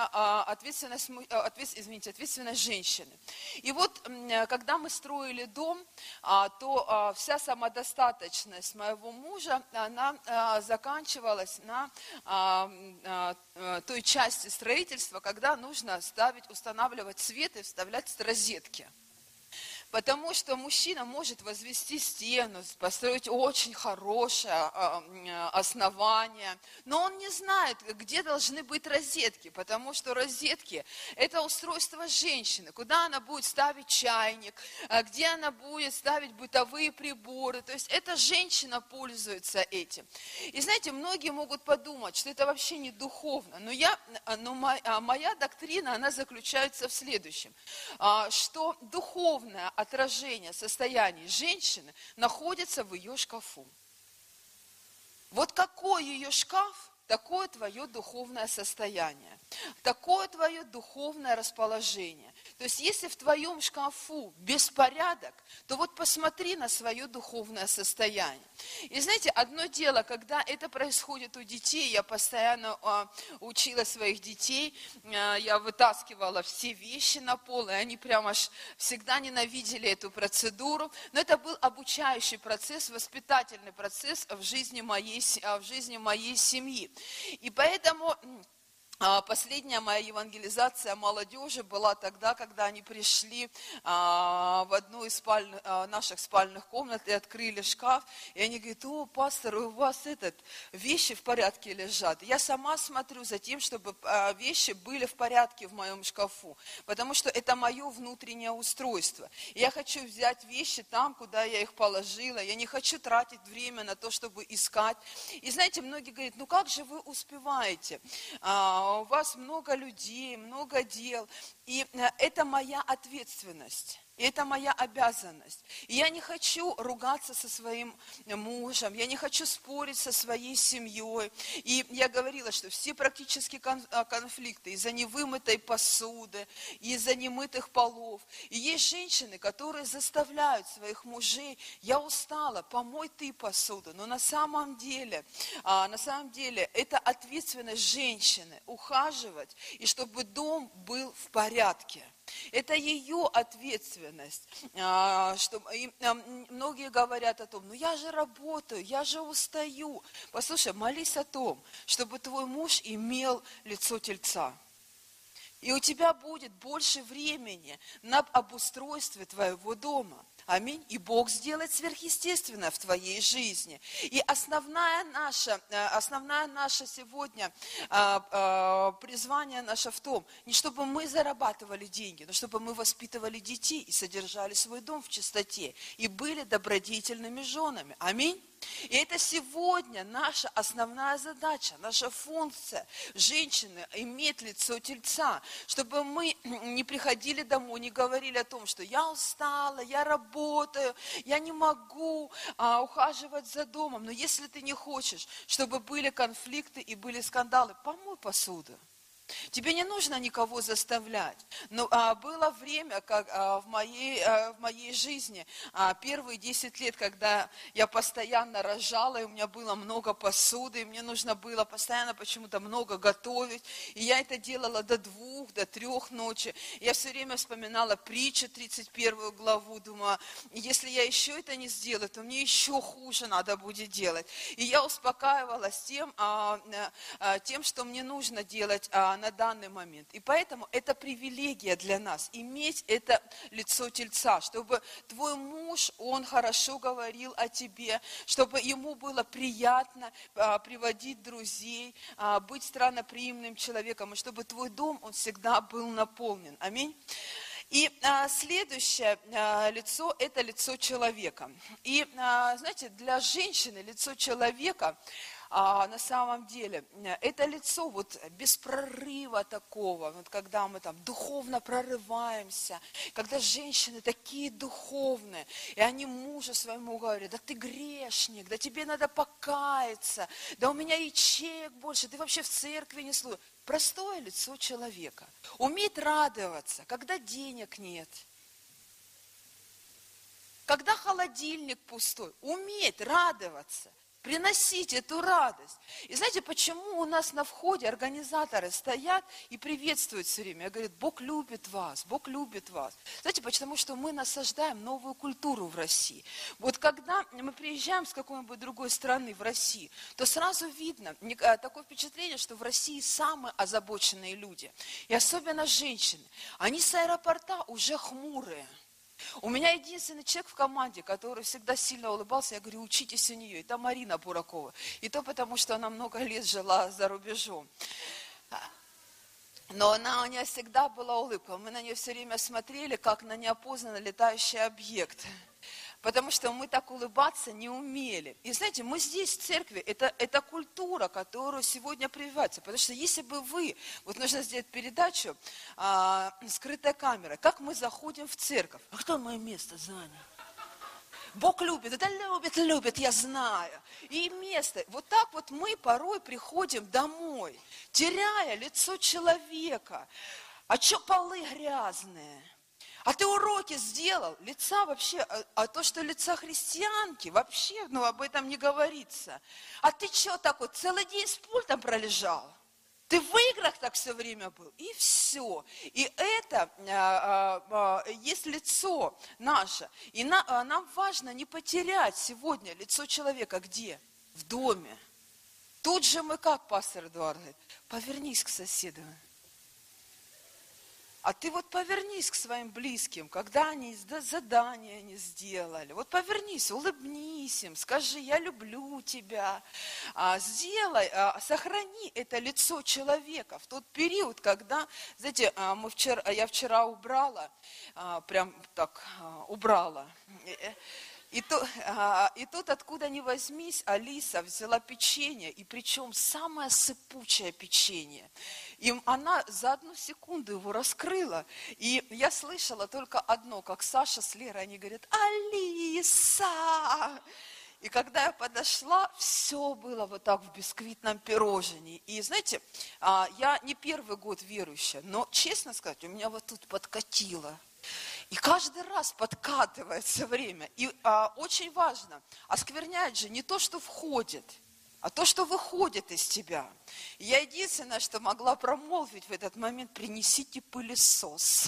ответственность женщины. И вот, когда мы строили дом, то вся самодостаточность моего мужа, она заканчивалась на той части строительства, когда нужно устанавливать свет и вставлять розетки. Потому что мужчина может возвести стену, построить очень хорошее основание, но он не знает, где должны быть розетки, потому что розетки – это устройство женщины, куда она будет ставить чайник, где она будет ставить бытовые приборы. То есть эта женщина пользуется этим. И знаете, многие могут подумать, что это вообще не духовно, но моя доктрина, она заключается в следующем, что духовное отражение состояния женщины находится в ее шкафу. Вот какой ее шкаф, такое твое духовное состояние, такое твое духовное расположение. То есть, если в твоем шкафу беспорядок, то вот посмотри на свое духовное состояние. И знаете, одно дело, когда это происходит у детей, я постоянно учила своих детей, я вытаскивала все вещи на пол, и они прямо аж всегда ненавидели эту процедуру. Но это был обучающий процесс, воспитательный процесс в жизни моей семьи. И поэтому последняя моя евангелизация молодежи была тогда, когда они пришли в одну из наших спальных комнат и открыли шкаф. И они говорят: о, пастор, у вас вещи в порядке лежат. Я сама смотрю за тем, чтобы вещи были в порядке в моем шкафу, потому что это мое внутреннее устройство. И я хочу взять вещи там, куда я их положила. Я не хочу тратить время на то, чтобы искать. И знаете, многие говорят: ну как же вы успеваете? У вас много людей, много дел, и это моя ответственность. И это моя обязанность. И я не хочу ругаться со своим мужем, я не хочу спорить со своей семьей. И я говорила, что все практически конфликты из-за невымытой посуды, из-за немытых полов. И есть женщины, которые заставляют своих мужей: я устала, помой ты посуду. Но на самом деле это ответственность женщины ухаживать, и чтобы дом был в порядке. Это ее ответственность. Многие говорят о том: ну я же работаю, я же устаю. Послушай, молись о том, чтобы твой муж имел лицо тельца. И у тебя будет больше времени на обустройстве твоего дома. Аминь. И Бог сделает сверхъестественное в твоей жизни. И основная наша сегодня призвание наше в том, не чтобы мы зарабатывали деньги, но чтобы мы воспитывали детей и содержали свой дом в чистоте. И были добродетельными женами. Аминь. И это сегодня наша основная задача, наша функция женщины иметь лицо тельца, чтобы мы не приходили домой, не говорили о том, что я устала, я работаю, я не могу ухаживать за домом. Но если ты не хочешь, чтобы были конфликты и были скандалы, помой посуду. Тебе не нужно никого заставлять. Но было время, как в моей жизни, первые 10 лет, когда я постоянно рожала, и у меня было много посуды, и мне нужно было постоянно почему-то много готовить. И я это делала до 2, до 3 ночи. Я все время вспоминала притчу, 31 главу, думаю: если я еще это не сделаю, то мне еще хуже надо будет делать. И я успокаивалась тем, что мне нужно делать на данный момент. И поэтому это привилегия для нас, иметь это лицо тельца, чтобы твой муж, он хорошо говорил о тебе, чтобы ему было приятно приводить друзей, быть странноприимным человеком, и чтобы твой дом, он всегда был наполнен. Аминь. И следующее лицо – это лицо человека. И, знаете, для женщины лицо человека на самом деле это лицо вот без прорыва такого, вот когда мы там духовно прорываемся, когда женщины такие духовные, и они мужу своему говорят: да ты грешник, да тебе надо покаяться, да у меня ячеек больше, ты вообще в церкви не служишь. Простое лицо человека. Уметь радоваться, когда денег нет. Когда холодильник пустой. Уметь радоваться. Приносить эту радость. И знаете, почему у нас на входе организаторы стоят и приветствуют все время? Говорят: Бог любит вас, Бог любит вас. Знаете, потому что мы насаждаем новую культуру в России. Вот когда мы приезжаем с какой-нибудь другой страны в Россию, то сразу видно такое впечатление, что в России самые озабоченные люди. И особенно женщины. Они с аэропорта уже хмурые. У меня единственный человек в команде, который всегда сильно улыбался. Я говорю: учитесь у нее. Это Марина Буракова. И то потому, что она много лет жила за рубежом. Но у нее всегда была улыбка. Мы на нее все время смотрели, как на неопознанный летающий объект. Потому что мы так улыбаться не умели. И знаете, мы здесь, в церкви, это культура, которую сегодня прививается. Потому что если бы вот нужно сделать передачу «Скрытая камера», как мы заходим в церковь. А кто мое место занял? Бог любит, это любит, я знаю. И место. Вот так вот мы порой приходим домой, теряя лицо человека. А что полы грязные? А ты уроки сделал? Лица вообще, а то, что лица христианки, вообще, об этом не говорится. А ты что так вот целый день с пультом пролежал? Ты в играх так все время был, и все. И это есть лицо наше. И нам важно не потерять сегодня лицо человека где? В доме. Тут же мы, как пастор Эдуард говорит, повернись к соседу. А ты вот повернись к своим близким, когда они задание не сделали. Вот повернись, улыбнись им, скажи, я люблю тебя. Сделай, сохрани это лицо человека в тот период, когда, знаете, я вчера убрала, прям так убрала. И тут, откуда ни возьмись, Алиса взяла печенье, и причем самое сыпучее печенье. И она за 1 секунду его раскрыла. И я слышала только одно, как Саша с Лерой, они говорят, Алиса! И когда я подошла, все было вот так в бисквитном пирожении. И знаете, я не первый год верующая, но, честно сказать, у меня вот тут подкатило. И каждый раз подкатывает все время. И очень важно, осквернять же не то, что входит, а то, что выходит из тебя. И я единственное, что могла промолвить в этот момент, принесите пылесос.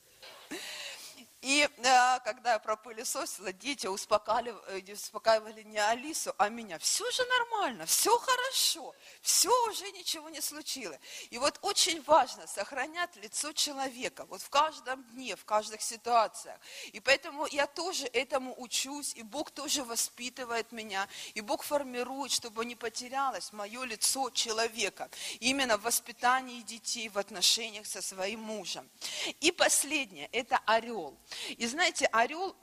И когда я пропылесосила, дети успокаивали не Алису, а меня. Все же нормально, все хорошо, все уже ничего не случилось. И вот очень важно сохранять лицо человека, вот в каждом дне, в каждых ситуациях. И поэтому я тоже этому учусь, и Бог тоже воспитывает меня, и Бог формирует, чтобы не потерялось мое лицо человека. Именно в воспитании детей, в отношениях со своим мужем. И последнее, это орел. И знаете, орел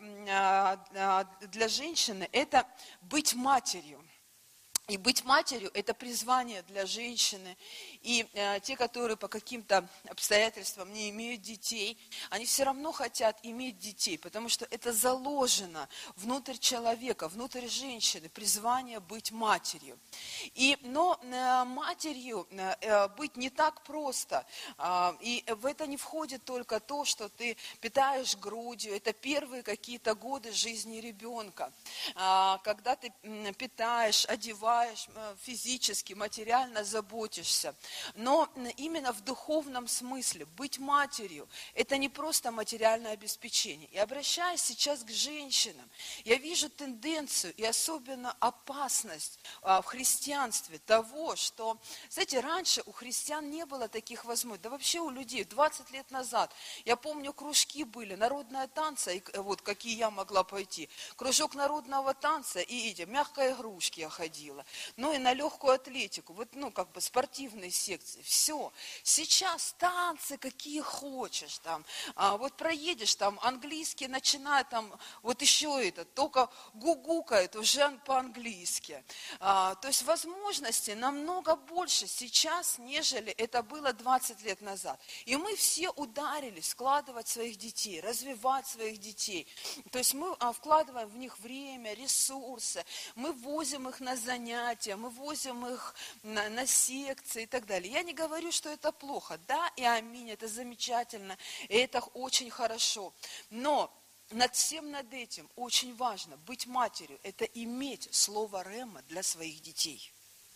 для женщины – это быть матерью. И быть матерью – это призвание для женщины. И те, которые по каким-то обстоятельствам не имеют детей, они все равно хотят иметь детей, потому что это заложено внутрь человека, внутрь женщины, призвание быть матерью. Но матерью быть не так просто. И в это не входит только то, что ты питаешь грудью. Это первые какие-то годы жизни ребенка. Когда ты питаешь, одеваешь, физически, материально заботишься. Но именно в духовном смысле быть матерью – это не просто материальное обеспечение. И обращаясь сейчас к женщинам, я вижу тенденцию и особенно опасность в христианстве того, что, знаете, раньше у христиан не было таких возможностей. Да вообще у людей 20 лет назад, я помню, кружки были, народные танцы, вот какие я могла пойти. Кружок народного танца и мягкой игрушки я ходила. Ну и на легкую атлетику, вот, спортивные секции, все. Сейчас танцы какие хочешь, там, вот проедешь, там, английский начинает, там, вот еще только гугукает уже по-английски. То есть возможностей намного больше сейчас, нежели это было 20 лет назад. И мы все ударились складывать своих детей, развивать своих детей. То есть мы вкладываем в них время, ресурсы, мы возим их на занятия, мы возим их на секции и так далее. Я не говорю, что это плохо. Да и аминь, это замечательно, и это очень хорошо. Но над этим очень важно быть матерью, это иметь слово рема для своих детей.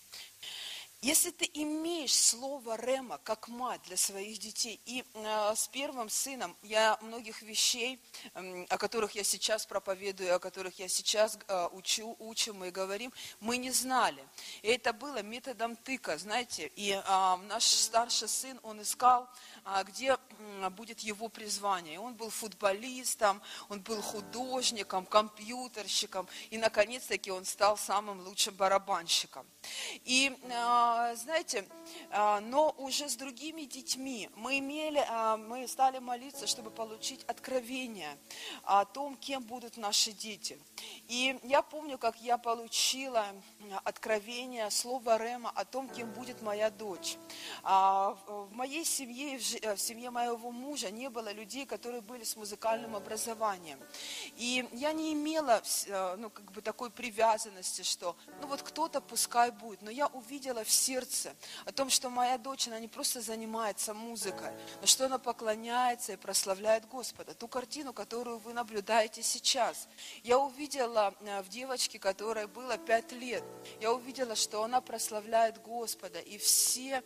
Если ты имеешь слово рема как мать для своих детей, и с первым сыном я многих вещей, о которых я сейчас проповедую, о которых я сейчас учим и говорим, мы не знали. И это было методом тыка, знаете, и наш старший сын, он искал, где будет его призвание. И он был футболистом, он был художником, компьютерщиком, и наконец-таки он стал самым лучшим барабанщиком. И знаете, но уже с другими детьми мы стали молиться, чтобы получить откровение о том, кем будут наши дети. И я помню, как я получила откровение, слово Рема о том, кем будет моя дочь. В моей семье, в семье моего мужа не было людей, которые были с музыкальным образованием. И я не имела, такой привязанности, что, кто-то пускай будет. Но я увидела в сердце о том, что моя дочь, она не просто занимается музыкой, но что она поклоняется и прославляет Господа. Ту картину, которую вы наблюдаете сейчас. Я увидела в девочке, которой было 5 лет, я увидела, что она прославляет Господа, и все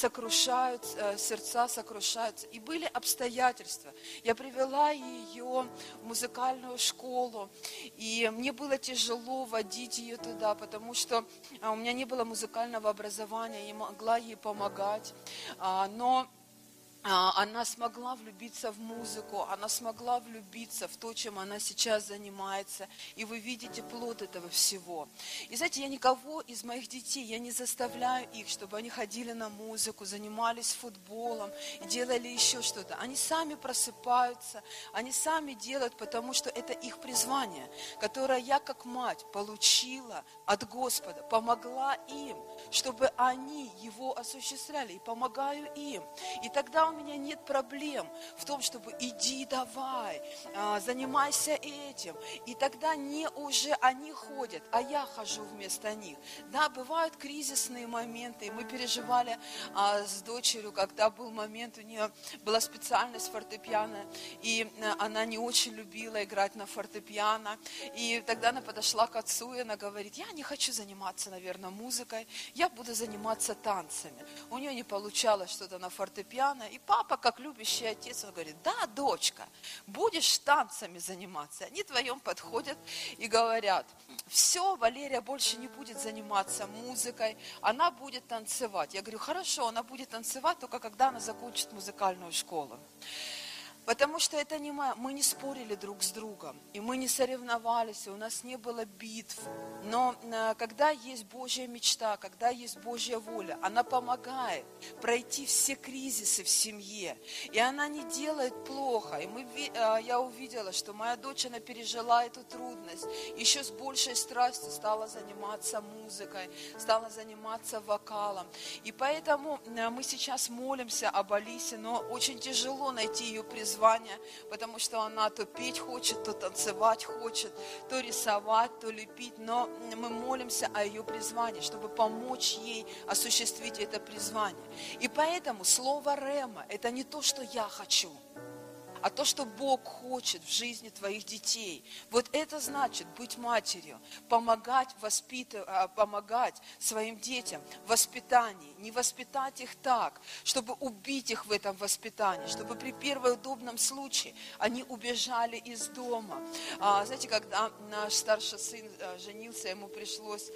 сердца сокрушаются. И были обстоятельства. Я привела ее в музыкальную школу, и мне было тяжело водить ее туда, потому что у меня не было музыкального образования, я не могла ей помогать, но она смогла влюбиться в музыку, она смогла влюбиться в то, чем она сейчас занимается. И вы видите плод этого всего. И знаете, я никого из моих детей, я не заставляю их, чтобы они ходили на музыку, занимались футболом, делали еще что-то. Они сами просыпаются, они сами делают, потому что это их призвание, которое я как мать получила от Господа, помогла им, чтобы они его осуществляли, и помогаю им. И тогда у меня нет проблем в том, чтобы иди давай, занимайся этим. И тогда не уже они ходят, а я хожу вместо них. Да, бывают кризисные моменты, и мы переживали с дочерью, когда был момент, у нее была специальность фортепиано, и она не очень любила играть на фортепиано. И тогда она подошла к отцу, и она говорит: я не хочу заниматься, наверное, музыкой, я буду заниматься танцами. У нее не получалось что-то на фортепиано, и папа, как любящий отец, он говорит: да, дочка, будешь танцами заниматься. Они вдвоем подходят и говорят: все, Валерия больше не будет заниматься музыкой, она будет танцевать. Я говорю: хорошо, она будет танцевать, только когда она закончит музыкальную школу. Потому что это не мы не спорили друг с другом, и мы не соревновались, и у нас не было битв. Но когда есть Божья мечта, когда есть Божья воля, она помогает пройти все кризисы в семье, и она не делает плохо. И я увидела, что моя дочь, она пережила эту трудность, еще с большей страстью стала заниматься музыкой, стала заниматься вокалом. И поэтому мы сейчас молимся об Алисе, но очень тяжело найти ее призвание, потому что она то петь хочет, то танцевать хочет, то рисовать, то лепить. Но мы молимся о ее призвании, чтобы помочь ей осуществить это призвание. И поэтому слово Рема – это не то, что я хочу, а то, что Бог хочет в жизни твоих детей. Вот это значит быть матерью, помогать своим детям в воспитании. Не воспитать их так, чтобы убить их в этом воспитании, чтобы при первом удобном случае они убежали из дома. Знаете, когда наш старший сын женился, ему пришлось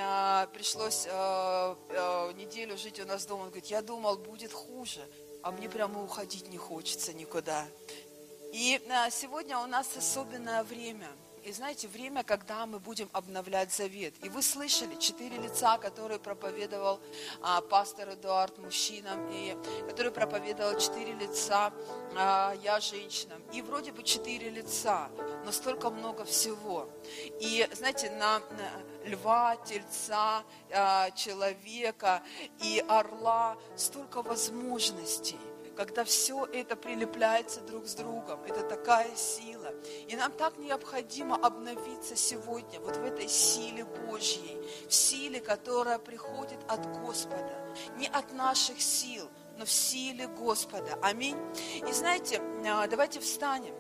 неделю жить у нас дома. Он говорит: я думал, будет хуже, а мне прямо уходить не хочется никуда. И сегодня у нас особенное время. И знаете, время, когда мы будем обновлять завет. И вы слышали 4 лица, которые проповедовал пастор Эдуард мужчинам, и который проповедовал 4 лица я женщинам. И вроде бы 4 лица, но столько много всего. И знаете, на льва, тельца, человека и орла столько возможностей. Когда все это прилепляется друг с другом, это такая сила. И нам так необходимо обновиться сегодня вот в этой силе Божьей, в силе, которая приходит от Господа. Не от наших сил, но в силе Господа. Аминь. И знаете, давайте встанем.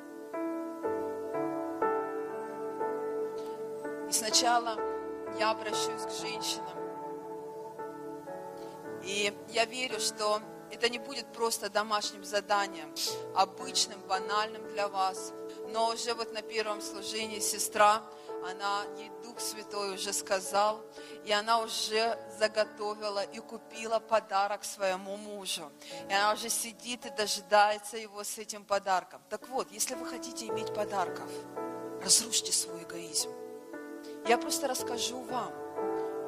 И сначала я обращусь к женщинам. И я верю, что это не будет просто домашним заданием, обычным, банальным для вас. Но уже вот на первом служении сестра, ей Дух Святой уже сказал, и она уже заготовила и купила подарок своему мужу. И она уже сидит и дожидается его с этим подарком. Так вот, если вы хотите иметь подарков, разрушьте свой эгоизм. Я просто расскажу вам,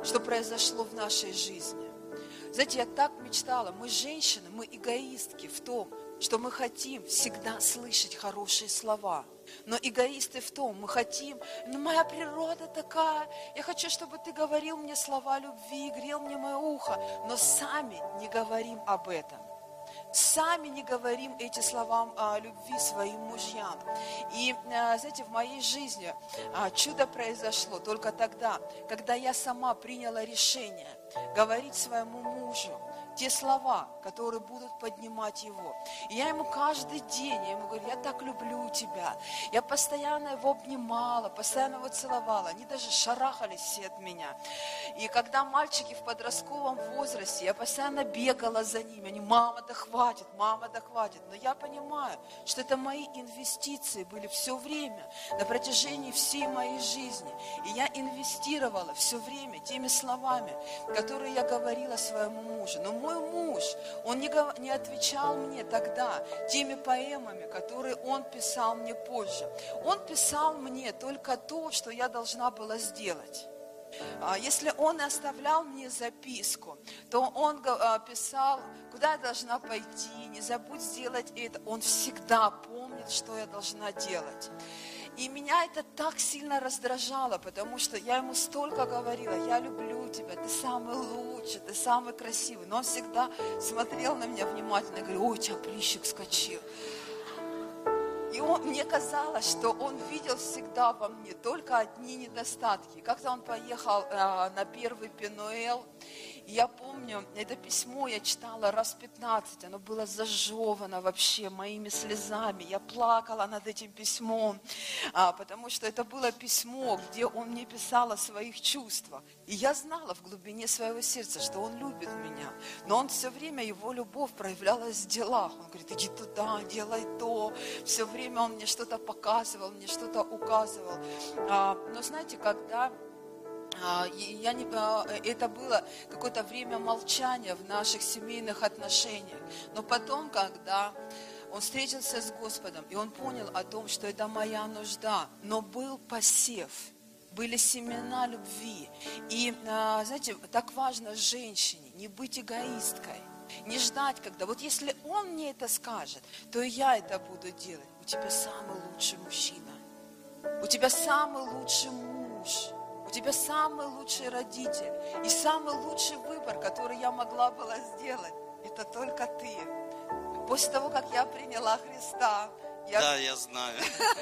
что произошло в нашей жизни. Знаете, я так мечтала, мы женщины, мы эгоистки в том, что мы хотим всегда слышать хорошие слова. Но эгоисты в том, мы хотим, моя природа такая, я хочу, чтобы ты говорил мне слова любви, грел мне мое ухо, но сами не говорим об этом. Сами не говорим эти слова о любви своим мужьям. И, знаете, в моей жизни чудо произошло только тогда, когда я сама приняла решение говорить своему мужу те слова, которые будут поднимать его. И я ему каждый день, я ему говорю, я так люблю тебя. Я постоянно его обнимала, постоянно его целовала. Они даже шарахались все от меня. И когда мальчики в подростковом возрасте, я постоянно бегала за ними. Они, мама, да хватит, мама, да хватит. Но я понимаю, что это мои инвестиции были все время, на протяжении всей моей жизни. И я инвестировала все время теми словами, которые я говорила своему мужу. Но мой муж, он не отвечал мне тогда теми поэмами, которые он писал мне позже. Он писал мне только то, что я должна была сделать. Если он оставлял мне записку, то он писал, куда я должна пойти, не забудь сделать это. Он всегда помнит, что я должна делать. И меня это так сильно раздражало, потому что я ему столько говорила, я люблю тебя, ты самый лучший, ты самый красивый. Но он всегда смотрел на меня внимательно и говорил, ой, у тебя прыщик скочил. И мне казалось, что он видел всегда во мне только одни недостатки. И как-то он поехал на первый Пенуэл. И я помню, это письмо я читала раз 15, оно было зажевано вообще моими слезами. Я плакала над этим письмом, потому что это было письмо, где он мне писал о своих чувствах. И я знала в глубине своего сердца, что он любит меня. Но он все время, его любовь проявлялась в делах. Он говорит, иди туда, делай то. Все время он мне что-то показывал, мне что-то указывал. Но знаете, когда... это было какое-то время молчания в наших семейных отношениях. Но потом, когда он встретился с Господом, и он понял о том, что это моя нужда, но был посев, были семена любви. И, знаете, так важно женщине не быть эгоисткой, не ждать, когда... Вот если он мне это скажет, то и я это буду делать. У тебя самый лучший мужчина, у тебя самый лучший муж, у тебя самый лучший родитель. И самый лучший выбор, который я могла была сделать, это только ты. После того, как я приняла Христа, Да, я знаю.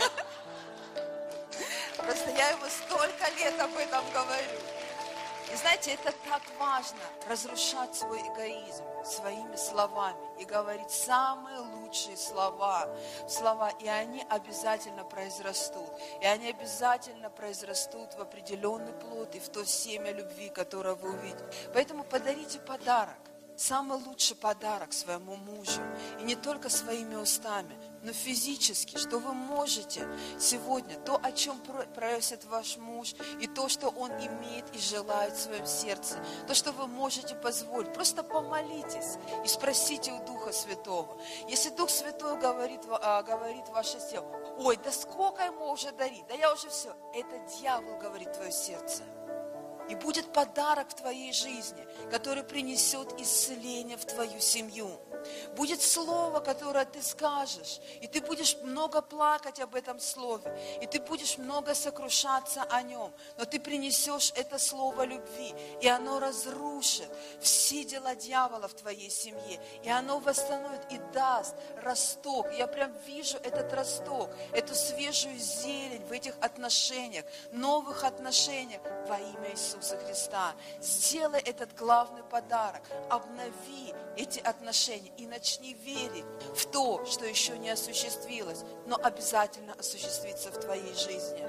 Просто я ему столько лет об этом говорю. И знаете, это так важно, разрушать свой эгоизм своими словами и говорить самые лучшие слова, и они обязательно произрастут. И они обязательно произрастут в определенный плод и в то семя любви, которое вы увидите. Поэтому подарите подарок. Самый лучший подарок своему мужу. И не только своими устами, но физически, что вы можете сегодня, то, о чем просит ваш муж, и то, что он имеет и желает в своем сердце, то, что вы можете позволить. Просто помолитесь и спросите у Духа Святого. Если Дух Святой говорит ваше тело, ой, да сколько ему уже дарить, да я уже все. Это дьявол говорит в твое сердце. И будет подарок в твоей жизни, который принесет исцеление в твою семью. Будет слово, которое ты скажешь, и ты будешь много плакать об этом слове, и ты будешь много сокрушаться о нем, но ты принесешь это слово любви, и оно разрушит все дела дьявола в твоей семье, и оно восстановит и даст росток. Я прям вижу этот росток, эту свежую зелень в этих отношениях, новых отношениях во имя Иисуса Христа. Сделай этот главный подарок, обнови эти отношения и начни верить в то, что еще не осуществилось, но обязательно осуществится в твоей жизни.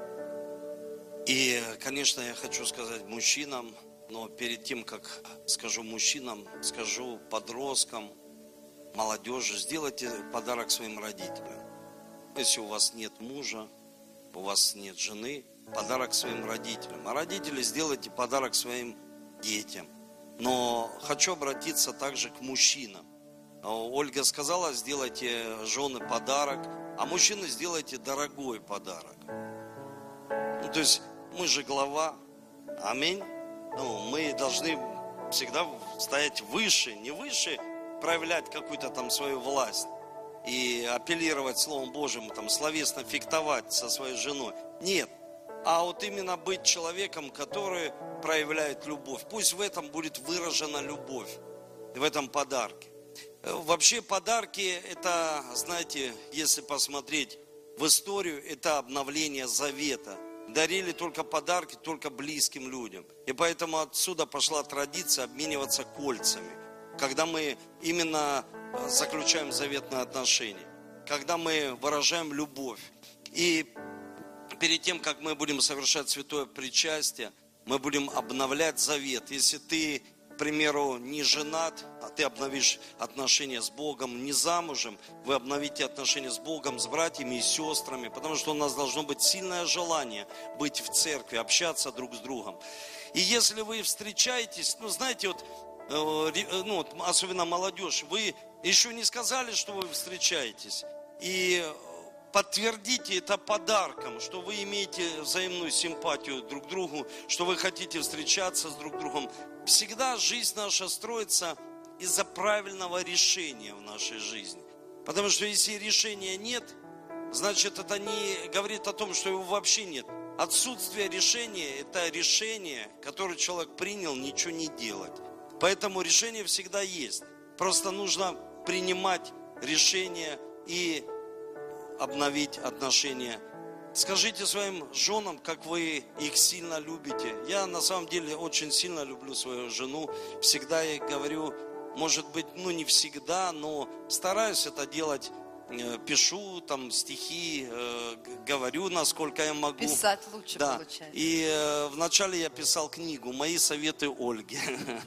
И, конечно, я хочу сказать мужчинам, но перед тем, как скажу мужчинам, скажу подросткам, молодежи, сделайте подарок своим родителям. Если у вас нет мужа, у вас нет жены, подарок своим родителям. А родители, сделайте подарок своим детям. Но хочу обратиться также к мужчинам. Ольга сказала, сделайте жены подарок, а мужчины сделайте дорогой подарок. То есть мы же глава, аминь. Мы должны всегда стоять выше, не выше проявлять какую-то там свою власть и апеллировать Словом Божьим, там, словесно фехтовать со своей женой. Нет. А вот именно быть человеком, который проявляет любовь. Пусть в этом будет выражена любовь, в этом подарке. Вообще подарки, это, знаете, если посмотреть в историю, это обновление завета. Дарили только подарки только близким людям. И поэтому отсюда пошла традиция обмениваться кольцами. Когда мы именно заключаем заветные отношения. Когда мы выражаем любовь. И перед тем, как мы будем совершать святое причастие, мы будем обновлять завет. Если ты, к примеру, не женат, а ты обновишь отношения с Богом, не замужем, вы обновите отношения с Богом, с братьями и сестрами, потому что у нас должно быть сильное желание быть в церкви, общаться друг с другом. И если вы встречаетесь, знаете, особенно молодежь, вы еще не сказали, что вы встречаетесь, и подтвердите это подарком, что вы имеете взаимную симпатию друг к другу, что вы хотите встречаться с друг другом. Всегда жизнь наша строится из-за правильного решения в нашей жизни. Потому что если решения нет, значит это не говорит о том, что его вообще нет. Отсутствие решения – это решение, которое человек принял, ничего не делать. Поэтому решение всегда есть. Просто нужно принимать решение и обновить отношения. Скажите своим женам, как вы их сильно любите. Я на самом деле очень сильно люблю свою жену. Всегда ей говорю, может быть, не всегда, но стараюсь это делать. Пишу там стихи, говорю, насколько я могу. Писать лучше получается. И вначале я писал книгу «Мои советы Ольге».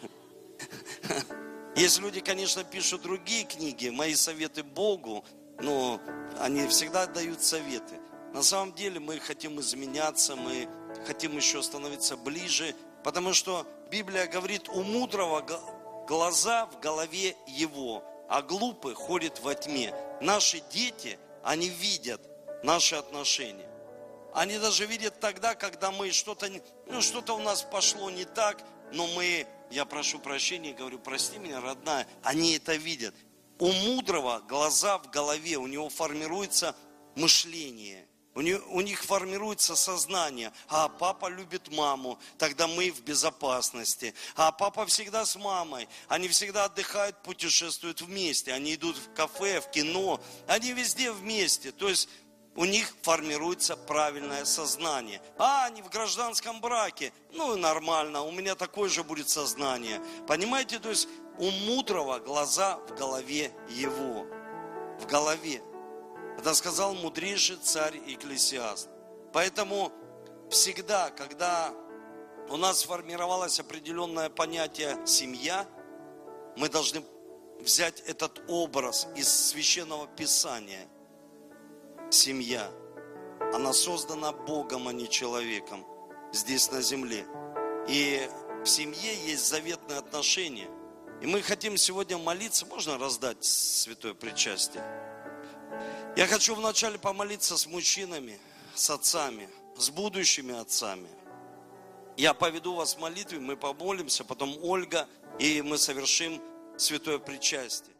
Есть люди, конечно, пишут другие книги, «Мои советы Богу», но они всегда дают советы. На самом деле мы хотим изменяться, мы хотим еще становиться ближе, потому что Библия говорит, у мудрого глаза в голове его, а глупый ходит во тьме. Наши дети, они видят наши отношения. Они даже видят тогда, когда мы что-то у нас пошло не так, но я прошу прощения, говорю, прости меня, родная, они это видят. У мудрого глаза в голове, у него формируется мышление, у них формируется сознание. А папа любит маму, тогда мы в безопасности. А папа всегда с мамой, они всегда отдыхают, путешествуют вместе, они идут в кафе, в кино, они везде вместе. То есть у них формируется правильное сознание. Они в гражданском браке, нормально, у меня такое же будет сознание. Понимаете, то есть у мудрого глаза в голове его. В голове. Это сказал мудрейший царь Екклесиаст. Поэтому всегда, когда у нас сформировалось определенное понятие «семья», мы должны взять этот образ из Священного Писания. Семья. Она создана Богом, а не человеком. Здесь на земле. И в семье есть заветные отношения. И мы хотим сегодня молиться. Можно раздать святое причастие? Я хочу вначале помолиться с мужчинами, с отцами, с будущими отцами. Я поведу вас в молитве, мы помолимся, потом Ольга, и мы совершим святое причастие.